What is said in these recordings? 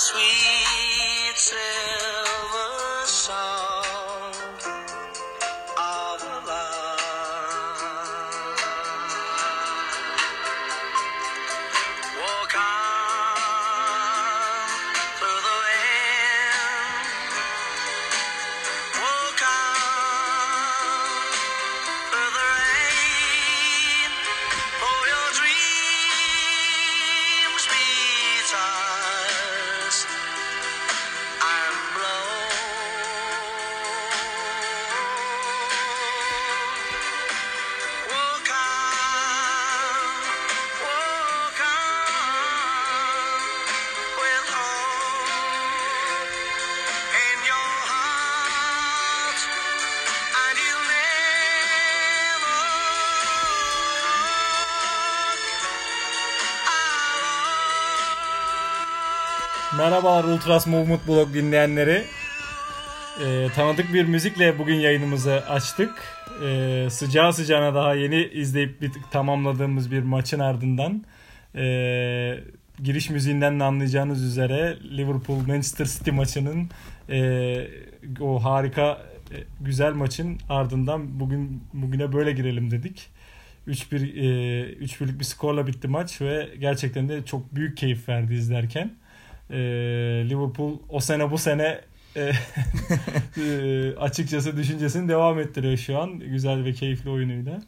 sweet silver song of love. Walk on through the wind. Walk on through the rain. For your dreams be tossed and blown. Walk on with hope in your heart, and you'll never walk alone. Merhabalar Ultras Movement Blog dinleyenleri. Tanıdık bir müzikle bugün yayınımızı açtık. Sıcağı sıcağına daha yeni izleyip tamamladığımız bir maçın ardından giriş müziğinden de anlayacağınız üzere Liverpool Manchester City maçının o harika güzel maçın ardından bugüne böyle girelim dedik. 3-1'lik bir skorla bitti maç ve gerçekten de çok büyük keyif verdi izlerken. Liverpool o sene bu sene açıkçası düşüncesini devam ettiriyor şu an güzel ve keyifli oyunuyla.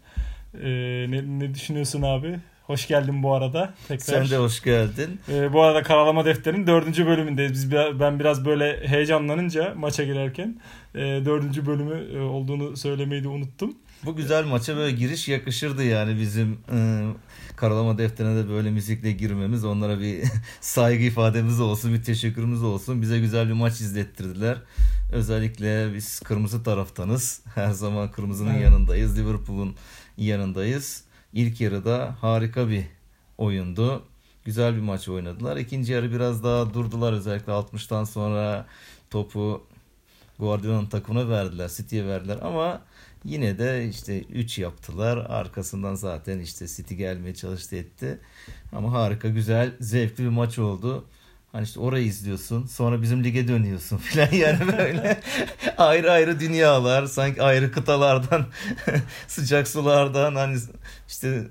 Ne düşünüyorsun abi? Hoş geldin bu arada tekrar. Sen de hoş geldin. Bu arada Karalama Defteri'nin 4. bölümündeyiz. Ben biraz böyle heyecanlanınca maça girerken 4. bölümü olduğunu söylemeyi de unuttum. Bu güzel maça böyle giriş yakışırdı yani bizim Karalama Defteri'ne de böyle müzikle girmemiz. Onlara bir saygı ifademiz olsun, bir teşekkürümüz olsun. Bize güzel bir maç izlettirdiler. Özellikle biz kırmızı taraftanız. Her zaman kırmızının yanındayız. Liverpool'un yanındayız. İlk yarıda harika bir oyundu. Güzel bir maç oynadılar. İkinci yarı biraz daha durdular. Özellikle 60'tan sonra topu Guardiola'nın takımına verdiler. City'ye verdiler ama yine de işte 3 yaptılar. Arkasından zaten işte City gelmeye çalıştı etti. Ama harika, güzel, zevkli bir maç oldu. Hani işte orayı izliyorsun. Sonra bizim lige dönüyorsun falan yani böyle ayrı ayrı dünyalar, sanki ayrı kıtalardan sıcak sulardan hani işte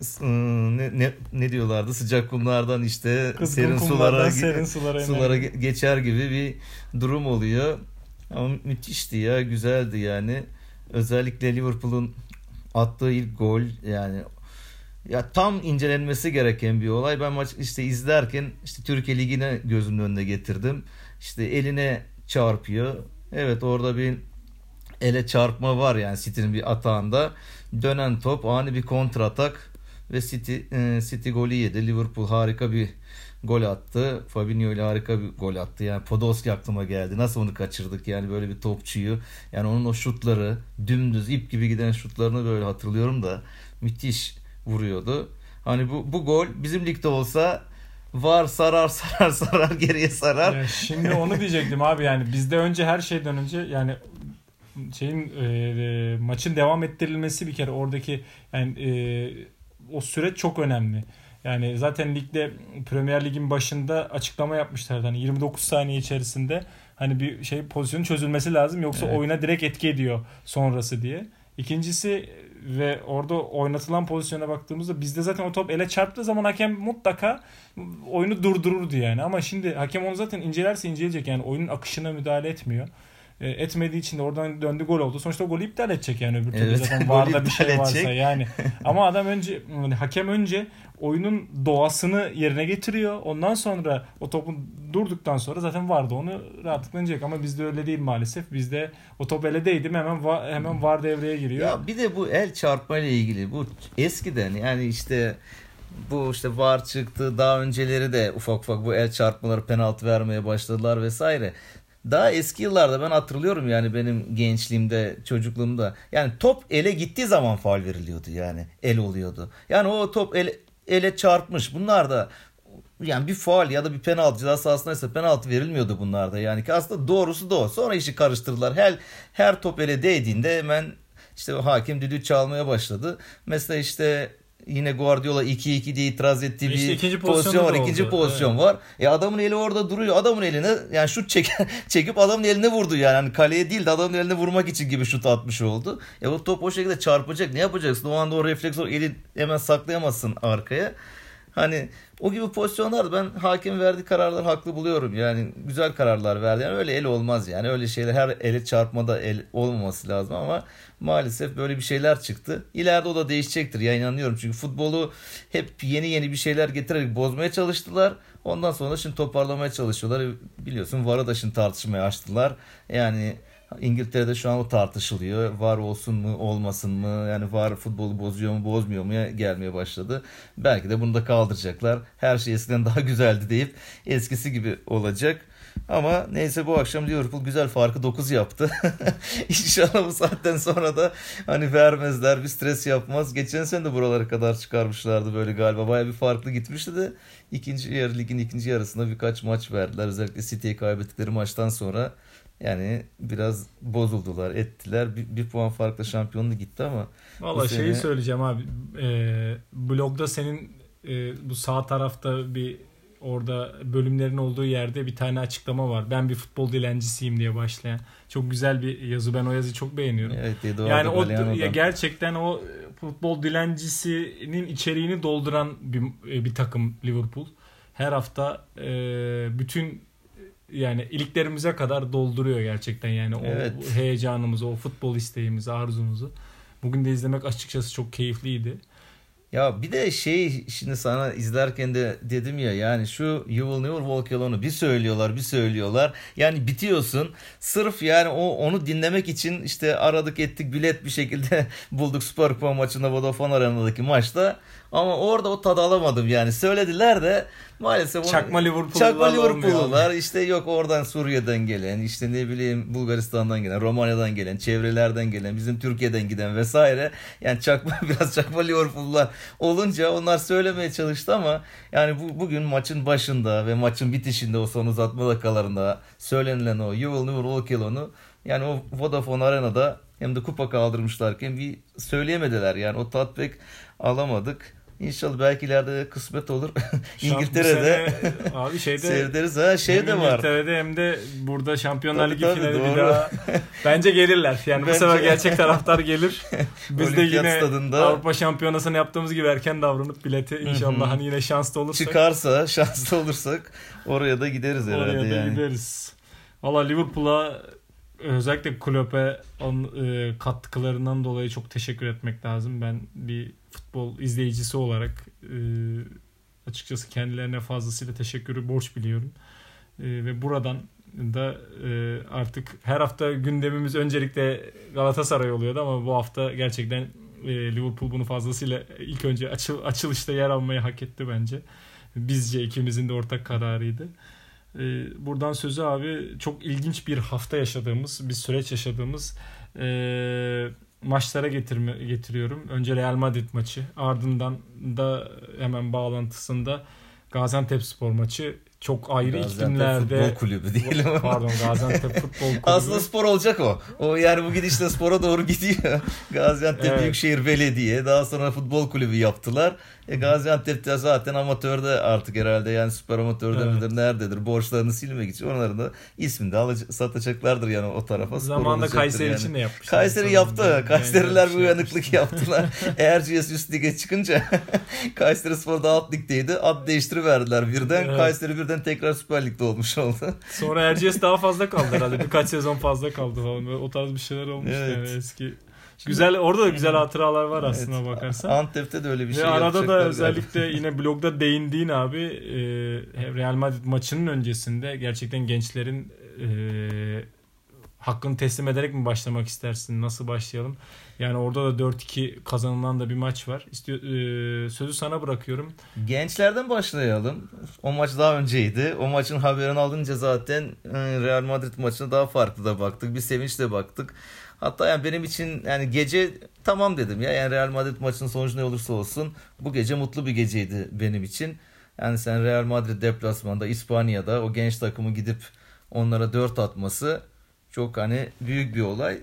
ne diyorlardı, sıcak kumlardan işte serin sulara geçer gibi bir durum oluyor. Ama müthişti ya, güzeldi yani. Özellikle Liverpool'un attığı ilk gol yani ya tam incelenmesi gereken bir olay. Ben maç işte izlerken işte Türkiye Ligi'ne gözümün önüne getirdim. İşte eline çarpıyor. Evet, orada bir ele çarpma var yani City'nin bir atağında. Dönen top, ani bir kontratak ve City golü yedi. Liverpool harika bir gol attı. Fabinho ile harika bir gol attı. Yani Podolski aklıma geldi. Nasıl onu kaçırdık yani böyle bir topçuyu. Yani onun o şutları, dümdüz ip gibi giden şutlarını böyle hatırlıyorum da müthiş vuruyordu. Hani bu gol bizim ligde olsa var sarar geriye sarar. Ya şimdi onu diyecektim abi, yani bizde önce her şeyden önce yani maçın devam ettirilmesi bir kere oradaki yani o süreç çok önemli. Yani zaten ligde Premier Lig'in başında açıklama yapmışlardı. Hani 29 saniye içerisinde hani bir pozisyonun çözülmesi lazım, yoksa oyuna direkt etki ediyor sonrası diye. İkincisi ve orada oynatılan pozisyona baktığımızda bizde zaten o top ele çarptığı zaman hakem mutlaka oyunu durdururdu yani. Ama şimdi hakem onu zaten incelerse inceleyecek, yani oyunun akışına müdahale etmiyor. Etmediği için de oradan döndü, gol oldu. Sonuçta o golü iptal edecek yani öbür türlü zaten VAR'da bir şey varsa yani. Ama adam hakem önce oyunun doğasını yerine getiriyor. Ondan sonra o topun durduktan sonra zaten VAR'da onu rahatlıkla inecek. Ama bizde öyle değil maalesef. Bizde o top ele değdi mi hemen VAR devreye giriyor. Ya bir de bu el çarpma ile ilgili bu eskiden yani işte bu işte VAR çıktı. Daha önceleri de ufak bu el çarpmaları, penaltı vermeye başladılar vesaire. Daha eski yıllarda ben hatırlıyorum yani benim gençliğimde, çocukluğumda. Yani top ele gittiği zaman faul veriliyordu yani. El oluyordu. Yani o top ele çarpmış. Bunlar da yani bir faul ya da bir penaltı, ceza sahasındaysa penaltı verilmiyordu bunlarda. Yani ki aslında doğrusu da o. Sonra işi karıştırdılar. Her top ele değdiğinde hemen işte hakim düdüğü çalmaya başladı. Mesela işte yine Guardiola 2-2 diye itiraz ettiği İşte bir ikinci pozisyon var. pozisyonda da İkinci oldu. pozisyon var. Adamın eli orada duruyor. Adamın eline yani şut çekip adamın eline vurdu yani. Hani kaleye değil de adamın eline vurmak için gibi şut atmış oldu. O top o şekilde çarpacak. Ne yapacaksın? O anda o refleks, o eli hemen saklayamazsın arkaya. Hani o gibi pozisyonlarda ben hakem verdiği kararları haklı buluyorum. Yani güzel kararlar verdi. Yani öyle el olmaz yani. Öyle şeyler, her ele çarpmada el olmaması lazım ama maalesef böyle bir şeyler çıktı. İleride o da değişecektir ya, inanıyorum. Çünkü futbolu hep yeni bir şeyler getirerek bozmaya çalıştılar. Ondan sonra da şimdi toparlamaya çalışıyorlar. Biliyorsun VAR'ı da şimdi tartışmaya açtılar. Yani İngiltere'de şu an o tartışılıyor. VAR olsun mu olmasın mı? Yani VAR futbolu bozuyor mu bozmuyor mu gelmeye başladı. Belki de bunu da kaldıracaklar. Her şey eskiden daha güzeldi deyip eskisi gibi olacak. Ama neyse, bu akşam Liverpool güzel, farkı 9 yaptı. İnşallah bu saatten sonra da hani vermezler, bir stres yapmaz. Geçen sene de buralara kadar çıkarmışlardı böyle galiba. Baya bir farklı gitmişti de ligin ikinci yarısında birkaç maç verdiler. Özellikle City'ye kaybettikleri maçtan sonra yani biraz bozuldular, ettiler. Bir puan farkla şampiyonluğu gitti ama Valla sene... şeyi söyleyeceğim abi. Blogda senin bu sağ tarafta bir, orada bölümlerin olduğu yerde bir tane açıklama var. Ben bir futbol dilencisiyim diye başlayan. Çok güzel bir yazı. Ben o yazıyı çok beğeniyorum. Evet, yani o gerçekten o futbol dilencisinin içeriğini dolduran bir takım Liverpool. Her hafta bütün yani iliklerimize kadar dolduruyor gerçekten yani evet. O heyecanımızı, o futbol isteğimizi, arzumuzu. Bugün de izlemek açıkçası çok keyifliydi. Ya bir de şimdi sana izlerken de dedim ya, yani şu You Will Never Walk Alone'u bir söylüyorlar. Yani bitiyorsun. Sırf yani onu dinlemek için işte aradık ettik, bilet bir şekilde bulduk Süper Kupa maçında, Vodafone Arena'daki maçta. Ama orada o tadı alamadım yani. Söylediler de maalesef Çakma Liverpool'lular işte, yok oradan Suriye'den gelen, işte ne bileyim Bulgaristan'dan gelen, Romanya'dan gelen, çevrelerden gelen, bizim Türkiye'den giden vesaire. Yani biraz çakma Liverpool'lular olunca onlar söylemeye çalıştı ama yani bugün maçın başında ve maçın bitişinde o son uzatma dakikalarında söylenilen o You Will Never Walk Alone'u, yani o Vodafone Arena'da hem de kupa kaldırmışlarken bir söyleyemediler. Yani o tat pek alamadık. İnşallah belki ileride kısmet olur. İngiltere'de abi sevdiriz ha, de var. İngiltere'de hem de burada Şampiyonlar Ligi finali doğru. bir daha bence gelirler. Yani bu sefer gerçek taraftar gelir. Biz de yine stadında Avrupa Şampiyonası'nı yaptığımız gibi erken davranıp bileti inşallah hani yine şanslı olursak, şanslı olursak oraya da gideriz herhalde. Oraya da gideriz. Valla Liverpool'a, özellikle Klopp'e katkılarından dolayı çok teşekkür etmek lazım. Ben bir futbol izleyicisi olarak açıkçası kendilerine fazlasıyla teşekkürü borç biliyorum. Ve buradan da artık her hafta gündemimiz öncelikle Galatasaray oluyordu ama bu hafta gerçekten Liverpool bunu fazlasıyla ilk önce açılışta yer almayı hak etti bence. Bizce ikimizin de ortak kararıydı. Buradan sözü abi çok ilginç bir hafta yaşadığımız, bir süreç yaşadığımız maçlara getiriyorum. Önce Real Madrid maçı, ardından da hemen bağlantısında Gaziantepspor maçı. Çok ayrı iklimlerde. Futbol kulübü değil mi? Pardon, Gaziantep Futbol Kulübü. Aslında spor olacak o. O yani bu gidişle spora doğru gidiyor. Gaziantep evet. Büyükşehir Belediye, daha sonra futbol kulübü yaptılar. Gaziantep'te zaten amatörde artık herhalde, yani süper amatörde midir nerededir, borçlarını silmek için onların da ismini de satacaklardır yani o tarafa. Zamanında Kayseri yani. için de yapmışlar. Kayseri yaptı. Kayseriler bir uyanıklık yaptılar. Erciyes üst lige çıkınca Kayseri Spor'da alt ligdeydi. Ad değiştiriverdiler birden. Evet. Kayseri birden tekrar Süper Lig'de olmuş oldu. Sonra Erciyes daha fazla kaldı herhalde. Birkaç sezon fazla kaldı falan. Böyle o tarz bir şeyler olmuş yani eski. Güzel, orada da güzel hatıralar var aslına bakarsan. Antep'te de öyle bir şey yapacaklar. Ve arada da özellikle yani. yine blogda değindiğin abi Real Madrid maçının öncesinde gerçekten gençlerin hakkını teslim ederek mi başlamak istersin? Nasıl başlayalım? Yani orada da 4-2 kazanılan da bir maç var. Sözü sana bırakıyorum. Gençlerden başlayalım. O maç daha önceydi. O maçın haberini alınca zaten Real Madrid maçına daha farklı da baktık. Bir sevinçle baktık. Hatta yani benim için yani gece tamam dedim ya. Yani Real Madrid maçının sonucu ne olursa olsun bu gece mutlu bir geceydi benim için. Yani sen Real Madrid deplasmanda İspanya'da o genç takımı gidip onlara 4 atması çok hani büyük bir olay.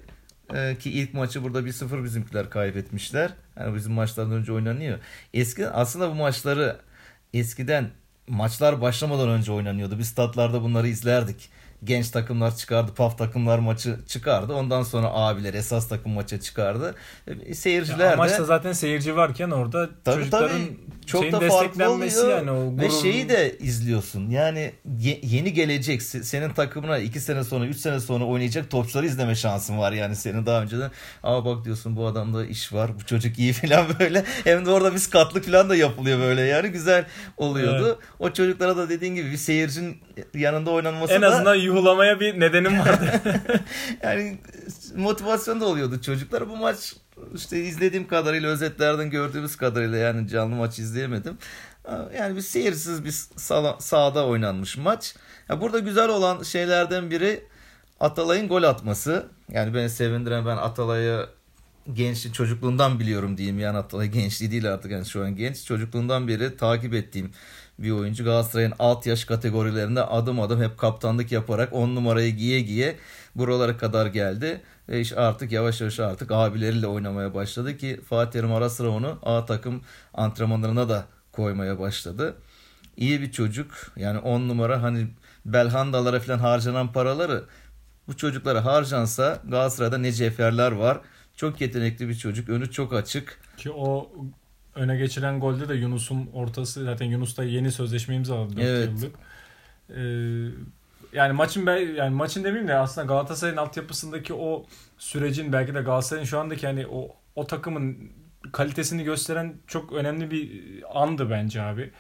Ki ilk maçı burada 1-0 bizimkiler kaybetmişler. Yani bizim maçlardan önce oynanıyor. Aslında bu maçları eskiden maçlar başlamadan önce oynanıyordu. Biz statlarda bunları izlerdik. Genç takımlar çıkardı, PAF takımlar maçı çıkardı. Ondan sonra abiler esas takım maça çıkardı. Seyirciler de... Amaçta zaten seyirci varken orada çocukların çok şeyin da farklı desteklenmesi oluyor. yani o Ve şeyi de izliyorsun. Yani yeni gelecek senin takımına 2 sene sonra 3 sene sonra oynayacak topçuları izleme şansın var yani senin daha önceden. Aa bak diyorsun bu adamda iş var. Bu çocuk iyi falan böyle. Hem de orada bir skatlık falan da yapılıyor böyle. Yani güzel oluyordu. Evet. O çocuklara da dediğin gibi bir seyircinin yanında oynanması en azından yuhulamaya bir nedenim vardı. Yani motivasyon da oluyordu çocuklar. Bu maç işte izlediğim kadarıyla, özetlerden gördüğümüz kadarıyla, yani canlı maç izleyemedim. Yani bir seyirsiz bir sahada oynanmış maç. Ya burada güzel olan şeylerden biri Atalay'ın gol atması. Yani beni sevindiren, ben Atalay'ı gençliği çocukluğundan biliyorum diyeyim. Yani Atalay gençliği değil artık, yani şu an genç. Çocukluğundan beri takip ettiğim bir oyuncu. Galatasaray'ın alt yaş kategorilerinde adım adım hep kaptanlık yaparak 10 numarayı giye giye buralara kadar geldi. Ve işte artık yavaş yavaş artık abileriyle oynamaya başladı ki Fatih Terim ara sıra onu A takım antrenmanlarına da koymaya başladı. İyi bir çocuk. Yani 10 numara, hani Belhandalara falan harcanan paraları bu çocuklara harcansa Galatasaray'da ne cevherler var. Çok yetenekli bir çocuk. Önü çok açık. Ki o öne geçiren golde de Yunus'un ortası. Zaten Yunus da yeni sözleşme imzaladı 4 evet. yıllık. Yani maçın demeyeyim de aslında Galatasaray'ın altyapısındaki o sürecin, belki de Galatasaray'ın şu andaki hani o takımın kalitesini gösteren çok önemli bir andı bence abi.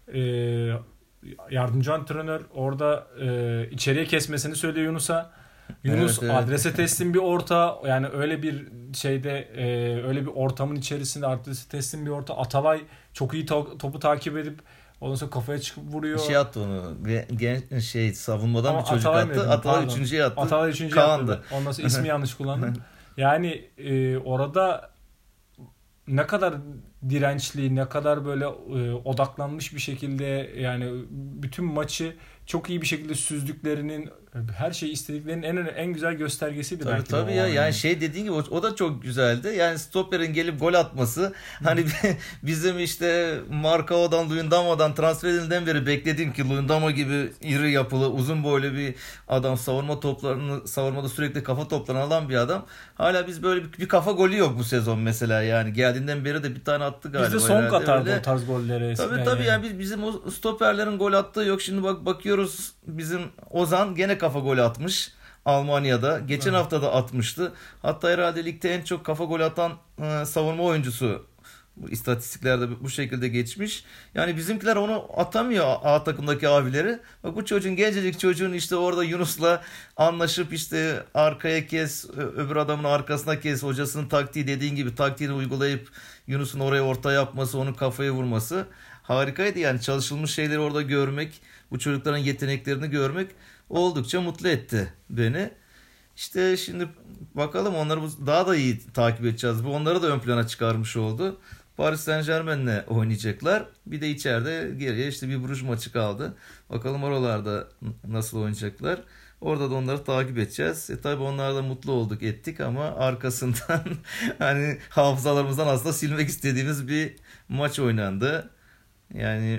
Yardımcı antrenör orada içeriye kesmesini söylüyor Yunus'a. Yunus evet. Adrese teslim bir orta, yani öyle bir şeyde öyle bir ortamın içerisinde adrese teslim bir orta. Atalay çok iyi topu takip edip ondan sonra kafaya çıkıp vuruyor. Bir şey attı onu. Savunmadan ama bir çocuk attı. Atalay 3.'ye attı. Atalay 3.'ye attı. Ondan sonra ismi yanlış kullandım. Yani orada ne kadar dirençli, ne kadar böyle odaklanmış bir şekilde, yani bütün maçı çok iyi bir şekilde süzdüklerinin, her şeyi istediklerinin en güzel göstergesiydi tabii, belki. Tabii ya, yani dediğin gibi o da çok güzeldi. Yani stoperin gelip gol atması, hani bizim işte Marcao'dan, Luyendama'dan transfer edildiğinden beri beklediğim ki Luyendama gibi iri yapılı, uzun boylu bir adam, savunmada sürekli kafa toplarını alan bir adam. Hala biz böyle bir kafa golü yok bu sezon mesela yani. Geldiğinden beri de bir tane attı galiba. Bizde son katardı o tarz golleri. Tabii yani bizim o stoperlerin gol attığı yok. Şimdi bakıyoruz, bizim Ozan gene kafa golü atmış Almanya'da. Geçen hafta da atmıştı. Hatta herhalde ligde en çok kafa golü atan savunma oyuncusu. Bu istatistiklerde bu şekilde geçmiş. Yani bizimkiler onu atamıyor, A takımdaki abileri. Bak bu gencecik çocuğun işte orada Yunus'la anlaşıp işte arkaya kes, öbür adamın arkasına kes, hocasının taktiği, dediğin gibi taktiğini uygulayıp Yunus'un oraya orta yapması, onun kafaya vurması harikaydı. Yani çalışılmış şeyleri orada görmek, bu çocukların yeteneklerini görmek oldukça mutlu etti beni. İşte şimdi bakalım, onları daha da iyi takip edeceğiz. Bu onları da ön plana çıkarmış oldu. Paris Saint-Germain'le oynayacaklar. Bir de içeride geriye işte bir Bruges maçı kaldı. Bakalım oralarda nasıl oynayacaklar. Orada da onları takip edeceğiz. Tabii onlarla mutlu olduk ettik ama arkasından hani hafızalarımızdan aslında silmek istediğimiz bir maç oynandı. Yani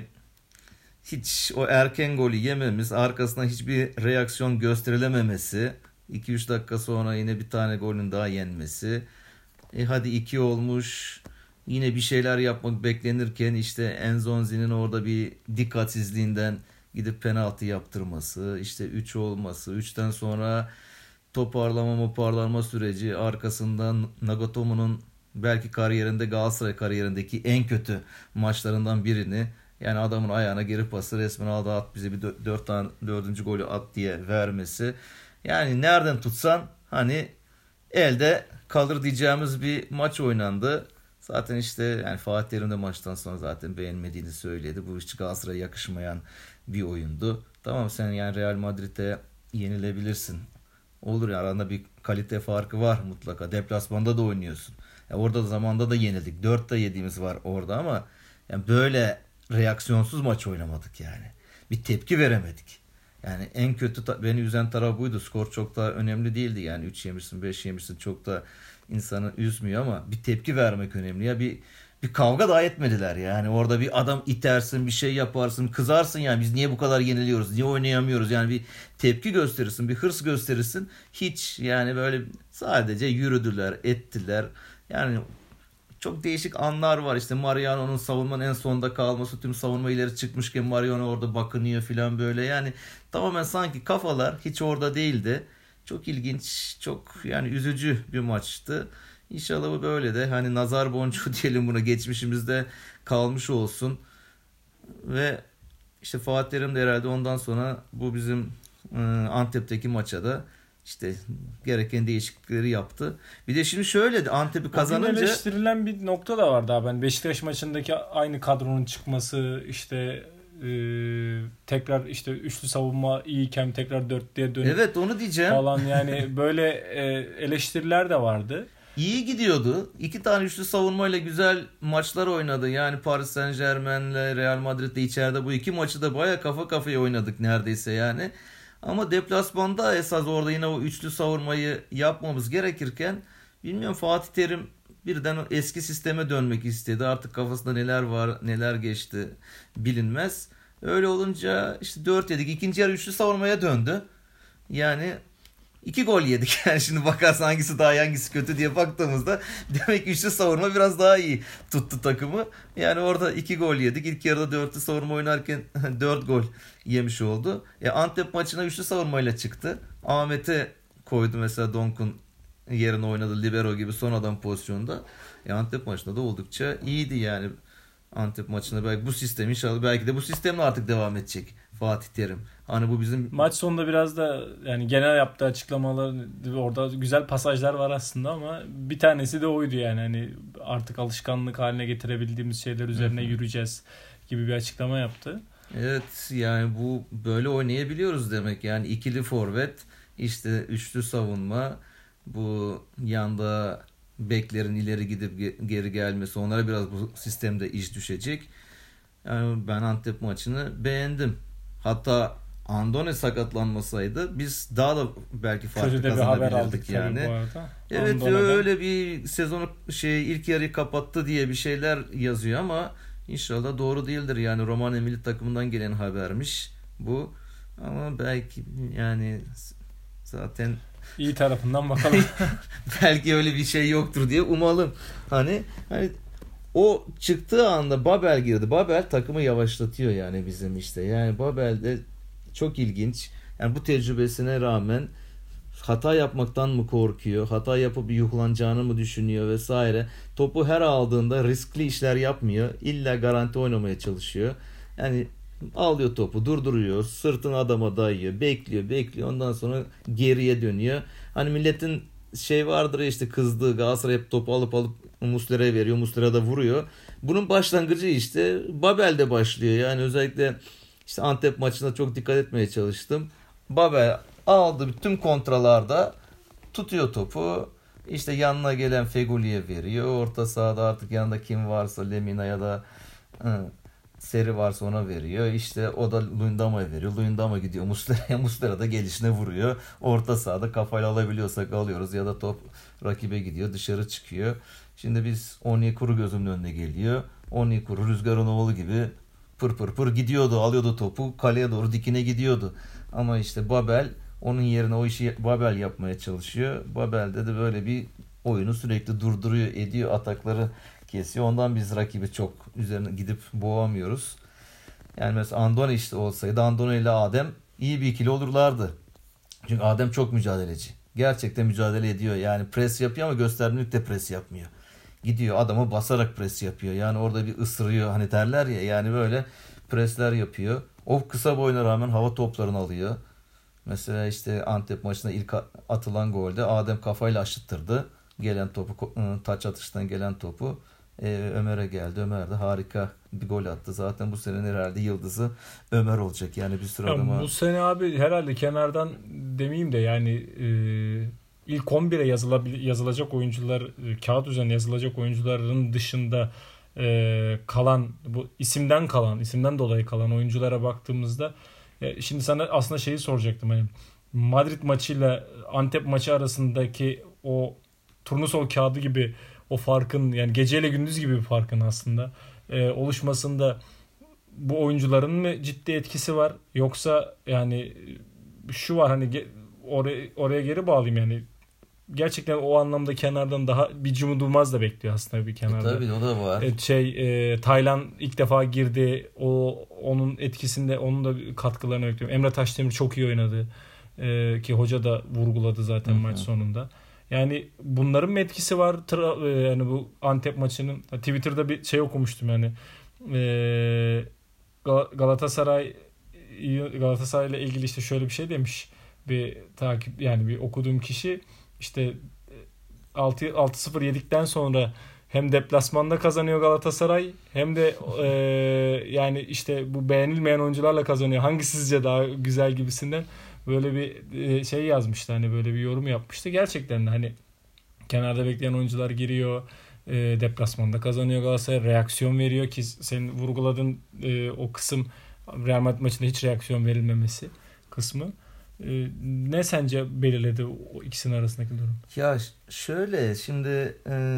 hiç o erken golü yememiz, arkasından hiçbir reaksiyon gösterilememesi, 2-3 dakika sonra yine bir tane golün daha yenmesi. Hadi 2 olmuş, yine bir şeyler yapmak beklenirken işte Enzonzi'nin orada bir dikkatsizliğinden gidip penaltı yaptırması, işte 3 olması, 3'ten sonra toparlama süreci, arkasından Nagatomo'nun belki Galatasaray kariyerindeki en kötü maçlarından birini, yani adamın ayağına geri pası resmen aldı, at bize bir 4. golü at diye vermesi. Yani nereden tutsan hani elde kalır diyeceğimiz bir maç oynandı. Zaten işte yani Fatih Terim de maçtan sonra zaten beğenmediğini söyledi. Bu hiç Galatasaray'a yakışmayan bir oyundu. Tamam, sen yani Real Madrid'e yenilebilirsin. Olur ya, aranda bir kalite farkı var mutlaka. Deplasmanda da oynuyorsun. Orada da zamanda da yenildik. 4 da yediğimiz var orada ama yani böyle reaksiyonsuz maç oynamadık yani. Bir tepki veremedik. Yani en kötü beni üzen taraf buydu. Skor çok da önemli değildi. Yani 3 yemişsin, 5 yemişsin çok da insanı üzmüyor ama bir tepki vermek önemli. Ya bir kavga da etmediler yani. Orada bir adam itersin, bir şey yaparsın, kızarsın yani biz niye bu kadar yeniliyoruz, niye oynayamıyoruz? Yani bir tepki gösterirsin, bir hırs gösterirsin. Hiç yani böyle sadece yürüdüler, ettiler. Yani çok değişik anlar var. İşte Mariano'nun savunmanın en sonda kalması, tüm savunma ileri çıkmışken Mariano orada bakınıyor falan böyle. Yani tamamen sanki kafalar hiç orada değildi. Çok ilginç, çok yani üzücü bir maçtı. İnşallah bu böyle de hani nazar boncuğu diyelim buna, geçmişimizde kalmış olsun. Ve işte Fatih Terim de herhalde ondan sonra bu bizim Antep'teki maça da işte gereken değişiklikleri yaptı. Bir de şimdi şöyle Antep'i kazanınca eleştirilen bir nokta da var daha. Ben Beşiktaş maçındaki aynı kadronun çıkması, işte tekrar işte üçlü savunma iyiyken tekrar dörtlüye dönüp evet onu diyeceğim. falan yani böyle eleştiriler de vardı. İyi gidiyordu. 2 tane üçlü savunmayla güzel maçlar oynadı. Yani Paris Saint-Germain'le Real Madrid'le içeride bu 2 maçı da baya kafa kafaya oynadık neredeyse yani. Ama deplasmanda esas orada yine o üçlü savunmayı yapmamız gerekirken bilmiyorum Fatih Terim birden o eski sisteme dönmek istedi. Artık kafasında neler var, neler geçti bilinmez. Öyle olunca işte 4 yedik. İkinci yarı üçlü savunmaya döndü. Yani 2 gol yedik. Yani şimdi bakarsan hangisi daha iyi, hangisi kötü diye baktığımızda demek ki üçlü savunma biraz daha iyi tuttu takımı. Yani orada 2 gol yedik. İlk yarıda dörtlü savunma oynarken 4 gol yemiş oldu. Antep maçına üçlü savunmayla çıktı. Ahmet'e koydu mesela, Donk'un yerine oynadı libero gibi son adam pozisyonda. Antep maçında da oldukça iyiydi yani. Antep maçında belki bu sistem, inşallah belki de bu sistemle artık devam edecek Fatih Terim. Hani bu bizim Maç sonunda biraz da yani genel yaptığı açıklamalar, orada güzel pasajlar var aslında ama bir tanesi de oydu yani hani artık alışkanlık haline getirebildiğimiz şeyler üzerine yürüyeceğiz gibi bir açıklama yaptı. Evet yani bu böyle oynayabiliyoruz demek. Yani ikili forvet, işte üçlü savunma, bu yanda beklerin ileri gidip geri gelmesi, onlara biraz bu sistemde iş düşecek. Yani ben Antep maçını beğendim. Hatta Andone sakatlanmasaydı biz daha da belki farklı Kötü de bir haber kazanabilirdik aldık yani. tabii bu arada. Evet Andone'den. öyle bir sezonu ilk yarıyı kapattı diye bir şeyler yazıyor ama inşallah doğru değildir. Yani Romanya milli takımından gelen habermiş bu. Ama belki yani zaten İyi tarafından bakalım. belki öyle bir şey yoktur diye umalım. Hani o çıktığı anda Babel girdi. Babel takımı yavaşlatıyor yani bizim işte. Yani Babel de çok ilginç. Yani bu tecrübesine rağmen hata yapmaktan mı korkuyor? Hata yapıp yuhlanacağını mı düşünüyor vesaire. Topu her aldığında riskli işler yapmıyor. İlla garanti oynamaya çalışıyor. Yani alıyor topu, durduruyor, sırtını adama dayıyor, bekliyor. Ondan sonra geriye dönüyor. Hani milletin vardır ya, işte kızdığı, Galatasaray hep topu alıp Muslera'ya veriyor. Muslera da vuruyor. Bunun başlangıcı işte Babel'de başlıyor. Yani özellikle işte Antep maçında çok dikkat etmeye çalıştım. Babel aldı bütün kontralarda, tutuyor topu. İşte yanına gelen Feguli'ye veriyor. Orta sahada artık yanında kim varsa, Lemina ya da Seri varsa ona veriyor. İşte o da Luyendama'ya veriyor. Luyendama gidiyor Muslera'ya. Muslera da gelişine vuruyor. Orta sahada kafayla alabiliyorsak alıyoruz ya da top rakibe gidiyor, dışarı çıkıyor. Şimdi biz Onyekuru gözümün önüne geliyor. Onyekuru rüzgarın oğlu gibi pır gidiyordu, alıyordu topu, kaleye doğru dikine gidiyordu. Ama işte Babel onun yerine o işi Babel yapmaya çalışıyor. Babel'de de böyle bir oyunu sürekli durduruyor, ediyor, atakları kesiyor. Ondan biz rakibi çok üzerine gidip boğamıyoruz. Yani mesela Andone işte olsaydı, Andone ile Adem iyi bir ikili olurlardı. Çünkü Adem çok mücadeleci. Gerçekten mücadele ediyor. Yani pres yapıyor ama göstermelik de pres yapmıyor. Gidiyor adamı basarak pres yapıyor. Yani orada bir ısırıyor hani derler ya, yani böyle presler yapıyor. O kısa boyuna rağmen hava toplarını alıyor. Mesela işte Antep maçında ilk atılan golde Adem kafayla aşıttırdı. Gelen topu, taç atıştan gelen topu Ömer'e geldi. Ömer de harika bir gol attı. Zaten bu sene herhalde yıldızı Ömer olacak. Yani bir sürü adama. Bu sene abi herhalde kenardan demeyeyim de yani ilk 11'e yazılacak oyuncular, kağıt üzerine yazılacak oyuncuların dışında kalan, bu isimden dolayı kalan oyunculara baktığımızda Şimdi sana aslında şeyi soracaktım. Hani Madrid maçıyla Antep maçı arasındaki o turnusol kağıdı gibi o farkın, yani geceyle gündüz gibi bir farkın aslında oluşmasında bu oyuncuların mı ciddi etkisi var, yoksa yani şu var, hani oraya geri bağlayayım, yani gerçekten o anlamda kenardan daha bir Cumhur Durmaz da bekliyor aslında bir kenarda. Tabii o da var. Taylan ilk defa girdi. Onun etkisinde onun da katkılarını bekliyorum. Emre Taşdemir çok iyi oynadı. Ki hoca da vurguladı zaten maç sonunda. Yani bunların mı etkisi var? Yani bu Antep maçının Twitter'da bir şey okumuştum yani. Galatasaray ile ilgili işte şöyle bir şey demiş. Bir okuduğum kişi işte 6-0 yedikten sonra hem deplasmanda kazanıyor Galatasaray, hem de yani işte bu beğenilmeyen oyuncularla kazanıyor. Hangisi sizce daha güzel gibisinden böyle bir şey yazmıştı, hani böyle bir yorum yapmıştı. Gerçekten de hani kenarda bekleyen oyuncular giriyor, deplasmanda kazanıyor Galatasaray, reaksiyon veriyor ki senin vurguladığın o kısım, Real Madrid maçında hiç reaksiyon verilmemesi kısmı. Ne sence belirledi o ikisinin arasındaki durum? Ya şöyle, şimdi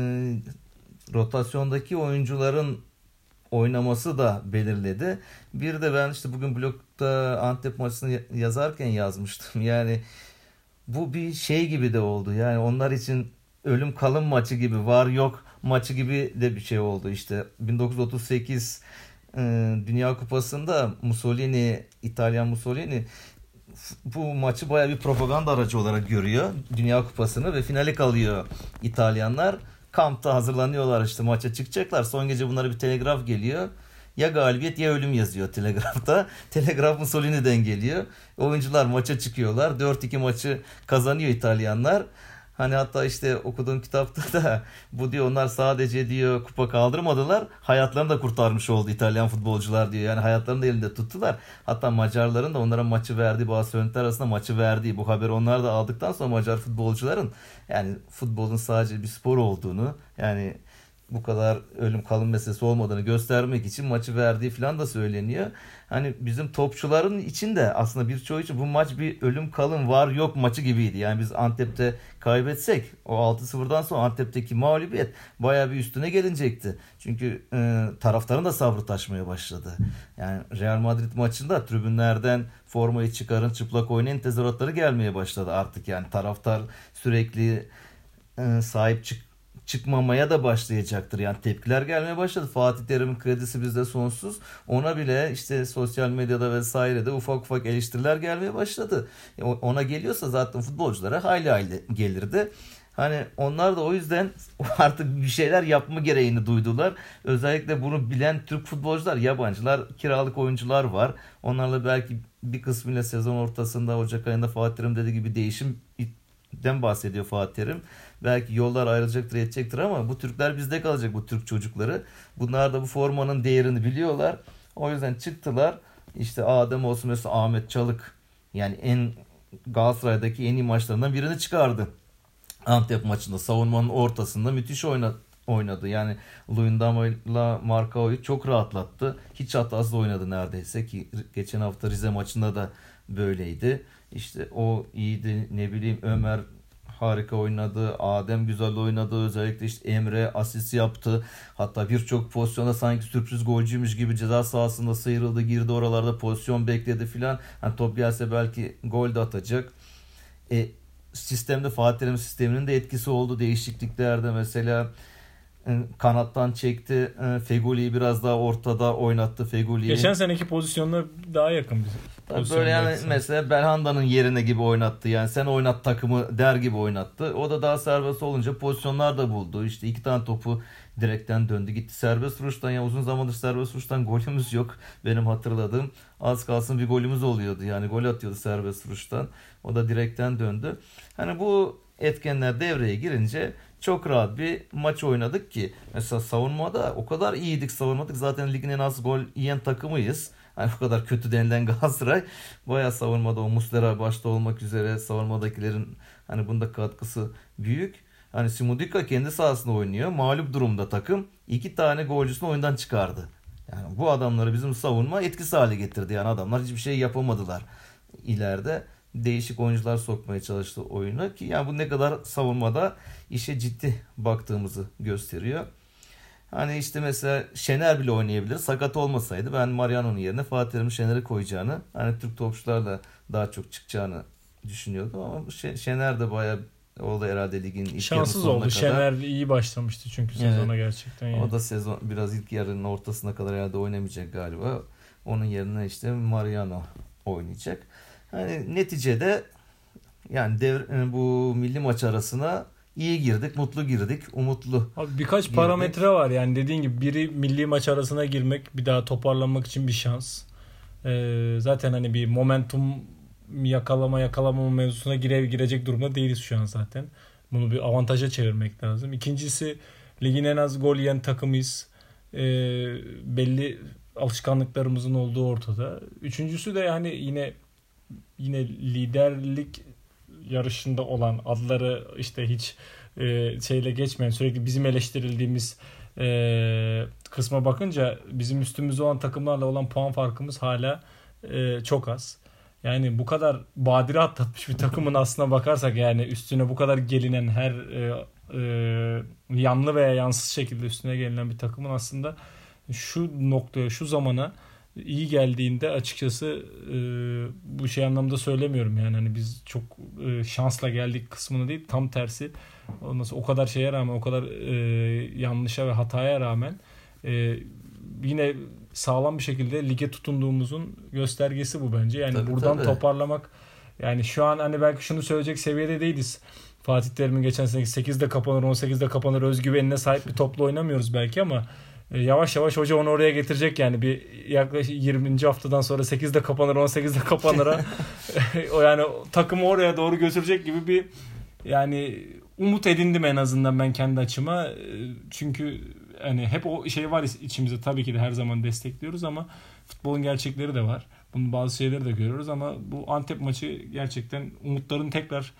rotasyondaki oyuncuların oynaması da belirledi. Bir de ben işte bugün blogda Antep maçını yazarken yazmıştım. Yani bu bir şey gibi de oldu. Yani onlar için ölüm kalım maçı gibi, var yok maçı gibi de bir şey oldu. İşte 1938 Dünya Kupası'nda İtalyan Mussolini bu maçı bayağı bir propaganda aracı olarak görüyor. Dünya Kupası'nı ve finale kalıyor İtalyanlar. Kampta hazırlanıyorlar, işte maça çıkacaklar. Son gece bunlara bir telegraf geliyor. Ya galibiyet ya ölüm yazıyor telegrafta. Telegraf Mussolini'den geliyor. Oyuncular maça çıkıyorlar. 4-2 maçı kazanıyor İtalyanlar. Hani hatta işte okuduğum kitapta da bu diyor, onlar sadece diyor kupa kaldırmadılar, hayatlarını da kurtarmış oldu İtalyan futbolcular diyor. Yani hayatlarını da elinde tuttular. Hatta Macarların da onlara maçı verdiği, bazı yönetmenler arasında maçı verdiği, bu haberi onlar da aldıktan sonra Macar futbolcuların yani futbolun sadece bir spor olduğunu, yani bu kadar ölüm kalım meselesi olmadığını göstermek için maçı verdiği falan da söyleniyor. Hani bizim topçuların için de aslında birçoğu için bu maç bir ölüm kalım var yok maçı gibiydi. Yani biz Antep'te kaybetsek o 6-0'dan sonra Antep'teki mağlubiyet bayağı bir üstüne gelinecekti. Çünkü taraftarın da sabrı taşmaya başladı. Yani Real Madrid maçında tribünlerden formayı çıkarın çıplak oynayın tezahüratları gelmeye başladı artık. Yani taraftar sürekli sahip çıkmamaya da başlayacaktır. Yani tepkiler gelmeye başladı. Fatih Terim'in kredisi bizde sonsuz. Ona bile işte sosyal medyada vesairede ufak ufak eleştiriler gelmeye başladı. Ona geliyorsa zaten futbolculara hayli gelirdi. Hani onlar da o yüzden artık bir şeyler yapma gereğini duydular. Özellikle bunu bilen Türk futbolcular, yabancılar, kiralık oyuncular var. Onlarla belki bir kısmıyla sezon ortasında Ocak ayında Fatih Terim dediği gibi değişimden bahsediyor Fatih Terim. Belki yollar ayrılacaktır, edecektir ama bu Türkler bizde kalacak, bu Türk çocukları. Bunlar da bu formanın değerini biliyorlar. O yüzden çıktılar. İşte Adem olsun mesela, Ahmet Çalık, yani Galatasaray'daki en iyi maçlarından birini çıkardı. Antep maçında savunmanın ortasında müthiş oynadı. Yani Luyendama'yla Marcao'yu çok rahatlattı. Hiç hatasız oynadı neredeyse, ki geçen hafta Rize maçında da böyleydi. İşte o iyiydi, ne bileyim Ömer harika oynadı. Adem güzel oynadı. Özellikle işte Emre asist yaptı. Hatta birçok pozisyonda sanki sürpriz golcüymüş gibi ceza sahasında sıyrıldı, girdi oralarda, pozisyon bekledi filan. Hani top gelse belki gol de atacak. Sistemde Fatih Terim sisteminin de etkisi oldu değişikliklerde. Mesela kanattan çekti. Fegoli'yi biraz daha ortada oynattı. Geçen seneki pozisyonlar daha yakın bize. Böyle yani mesela Belhanda'nın yerine gibi oynattı. Yani sen oynat takımı der gibi oynattı. O da daha serbest olunca pozisyonlar da buldu. İşte 2 tane topu direkten döndü gitti. Serbest vuruştan, ya uzun zamandır serbest vuruştan golümüz yok. Benim hatırladığım, az kalsın bir golümüz oluyordu. Yani gol atıyordu serbest vuruştan. O da direkten döndü. Hani bu etkenler devreye girince çok rahat bir maç oynadık ki. Mesela savunmada o kadar iyiydik, savunmadık. Zaten ligin en az gol yiyen takımıyız. Hani bu kadar kötü denilen Galatasaray bayağı savunmada, o Muslera başta olmak üzere savunmadakilerin hani bunda katkısı büyük. Hani Simudika kendi sahasında oynuyor. Mağlup durumda takım. 2 tane golcüsünü oyundan çıkardı. Yani bu adamları bizim savunma etkisiz hale getirdi. Yani adamlar hiçbir şey yapamadılar. İleride değişik oyuncular sokmaya çalıştı oyuna ki yani bu ne kadar savunmada işe ciddi baktığımızı gösteriyor. Hani işte mesela Şener bile oynayabilir. Sakat olmasaydı ben Mariano'nun yerine Fatih Terim'in Şener'i koyacağını, hani Türk topçularla daha çok çıkacağını düşünüyordum ama Şener de bayağı oldu herhalde ligin ilk şanssız sonuna oldu. kadar. Şener iyi başlamıştı çünkü sezona gerçekten. Yani. O da sezon biraz ilk yarının ortasına kadar herhalde oynamayacak galiba. Onun yerine işte Mariano oynayacak. Hani neticede yani bu milli maç arasına iyi girdik, mutlu girdik, umutlu. Abi birkaç girdik. parametre var yani dediğin gibi biri milli maç arasına girmek, bir daha toparlanmak için bir şans. Zaten hani bir momentum yakalamama mevzusuna girecek durumda değiliz şu an zaten. Bunu bir avantaja çevirmek lazım. İkincisi ligin en az gol yiyen takımıyız. Belli alışkanlıklarımızın olduğu ortada. Üçüncüsü de yani yine liderlik yarışında olan adları işte hiç şeyle geçmeyen sürekli bizim eleştirildiğimiz kısma bakınca bizim üstümüzde olan takımlarla olan puan farkımız hala çok az. Yani bu kadar badire atlatmış bir takımın aslına bakarsak yani üstüne bu kadar gelinen her yanlı veya yansız şekilde üstüne gelinen bir takımın aslında şu noktaya, şu zamana iyi geldiğinde açıkçası bu şey anlamda söylemiyorum yani hani biz çok şansla geldik kısmını değil, tam tersi. O kadar şeye rağmen, o kadar yanlışa ve hataya rağmen yine sağlam bir şekilde lige tutunduğumuzun göstergesi bu bence. Yani tabii, buradan tabii. Toparlamak, yani şu an hani belki şunu söyleyecek seviyede değiliz. Fatih Terim'in geçen sene 8'de kapanır 18'de kapanır özgüvenine sahip bir topla oynamıyoruz belki ama yavaş yavaş hoca onu oraya getirecek yani bir yaklaşık 20. haftadan sonra 8'de kapanır 18'de kapanır'a o yani takımı oraya doğru götürecek gibi bir yani umut edindim en azından ben kendi açıma. Çünkü hani hep o şey var içimizde, tabii ki de her zaman destekliyoruz ama futbolun gerçekleri de var. Bunun bazı şeyleri de görüyoruz ama bu Antep maçı gerçekten umutların tekrar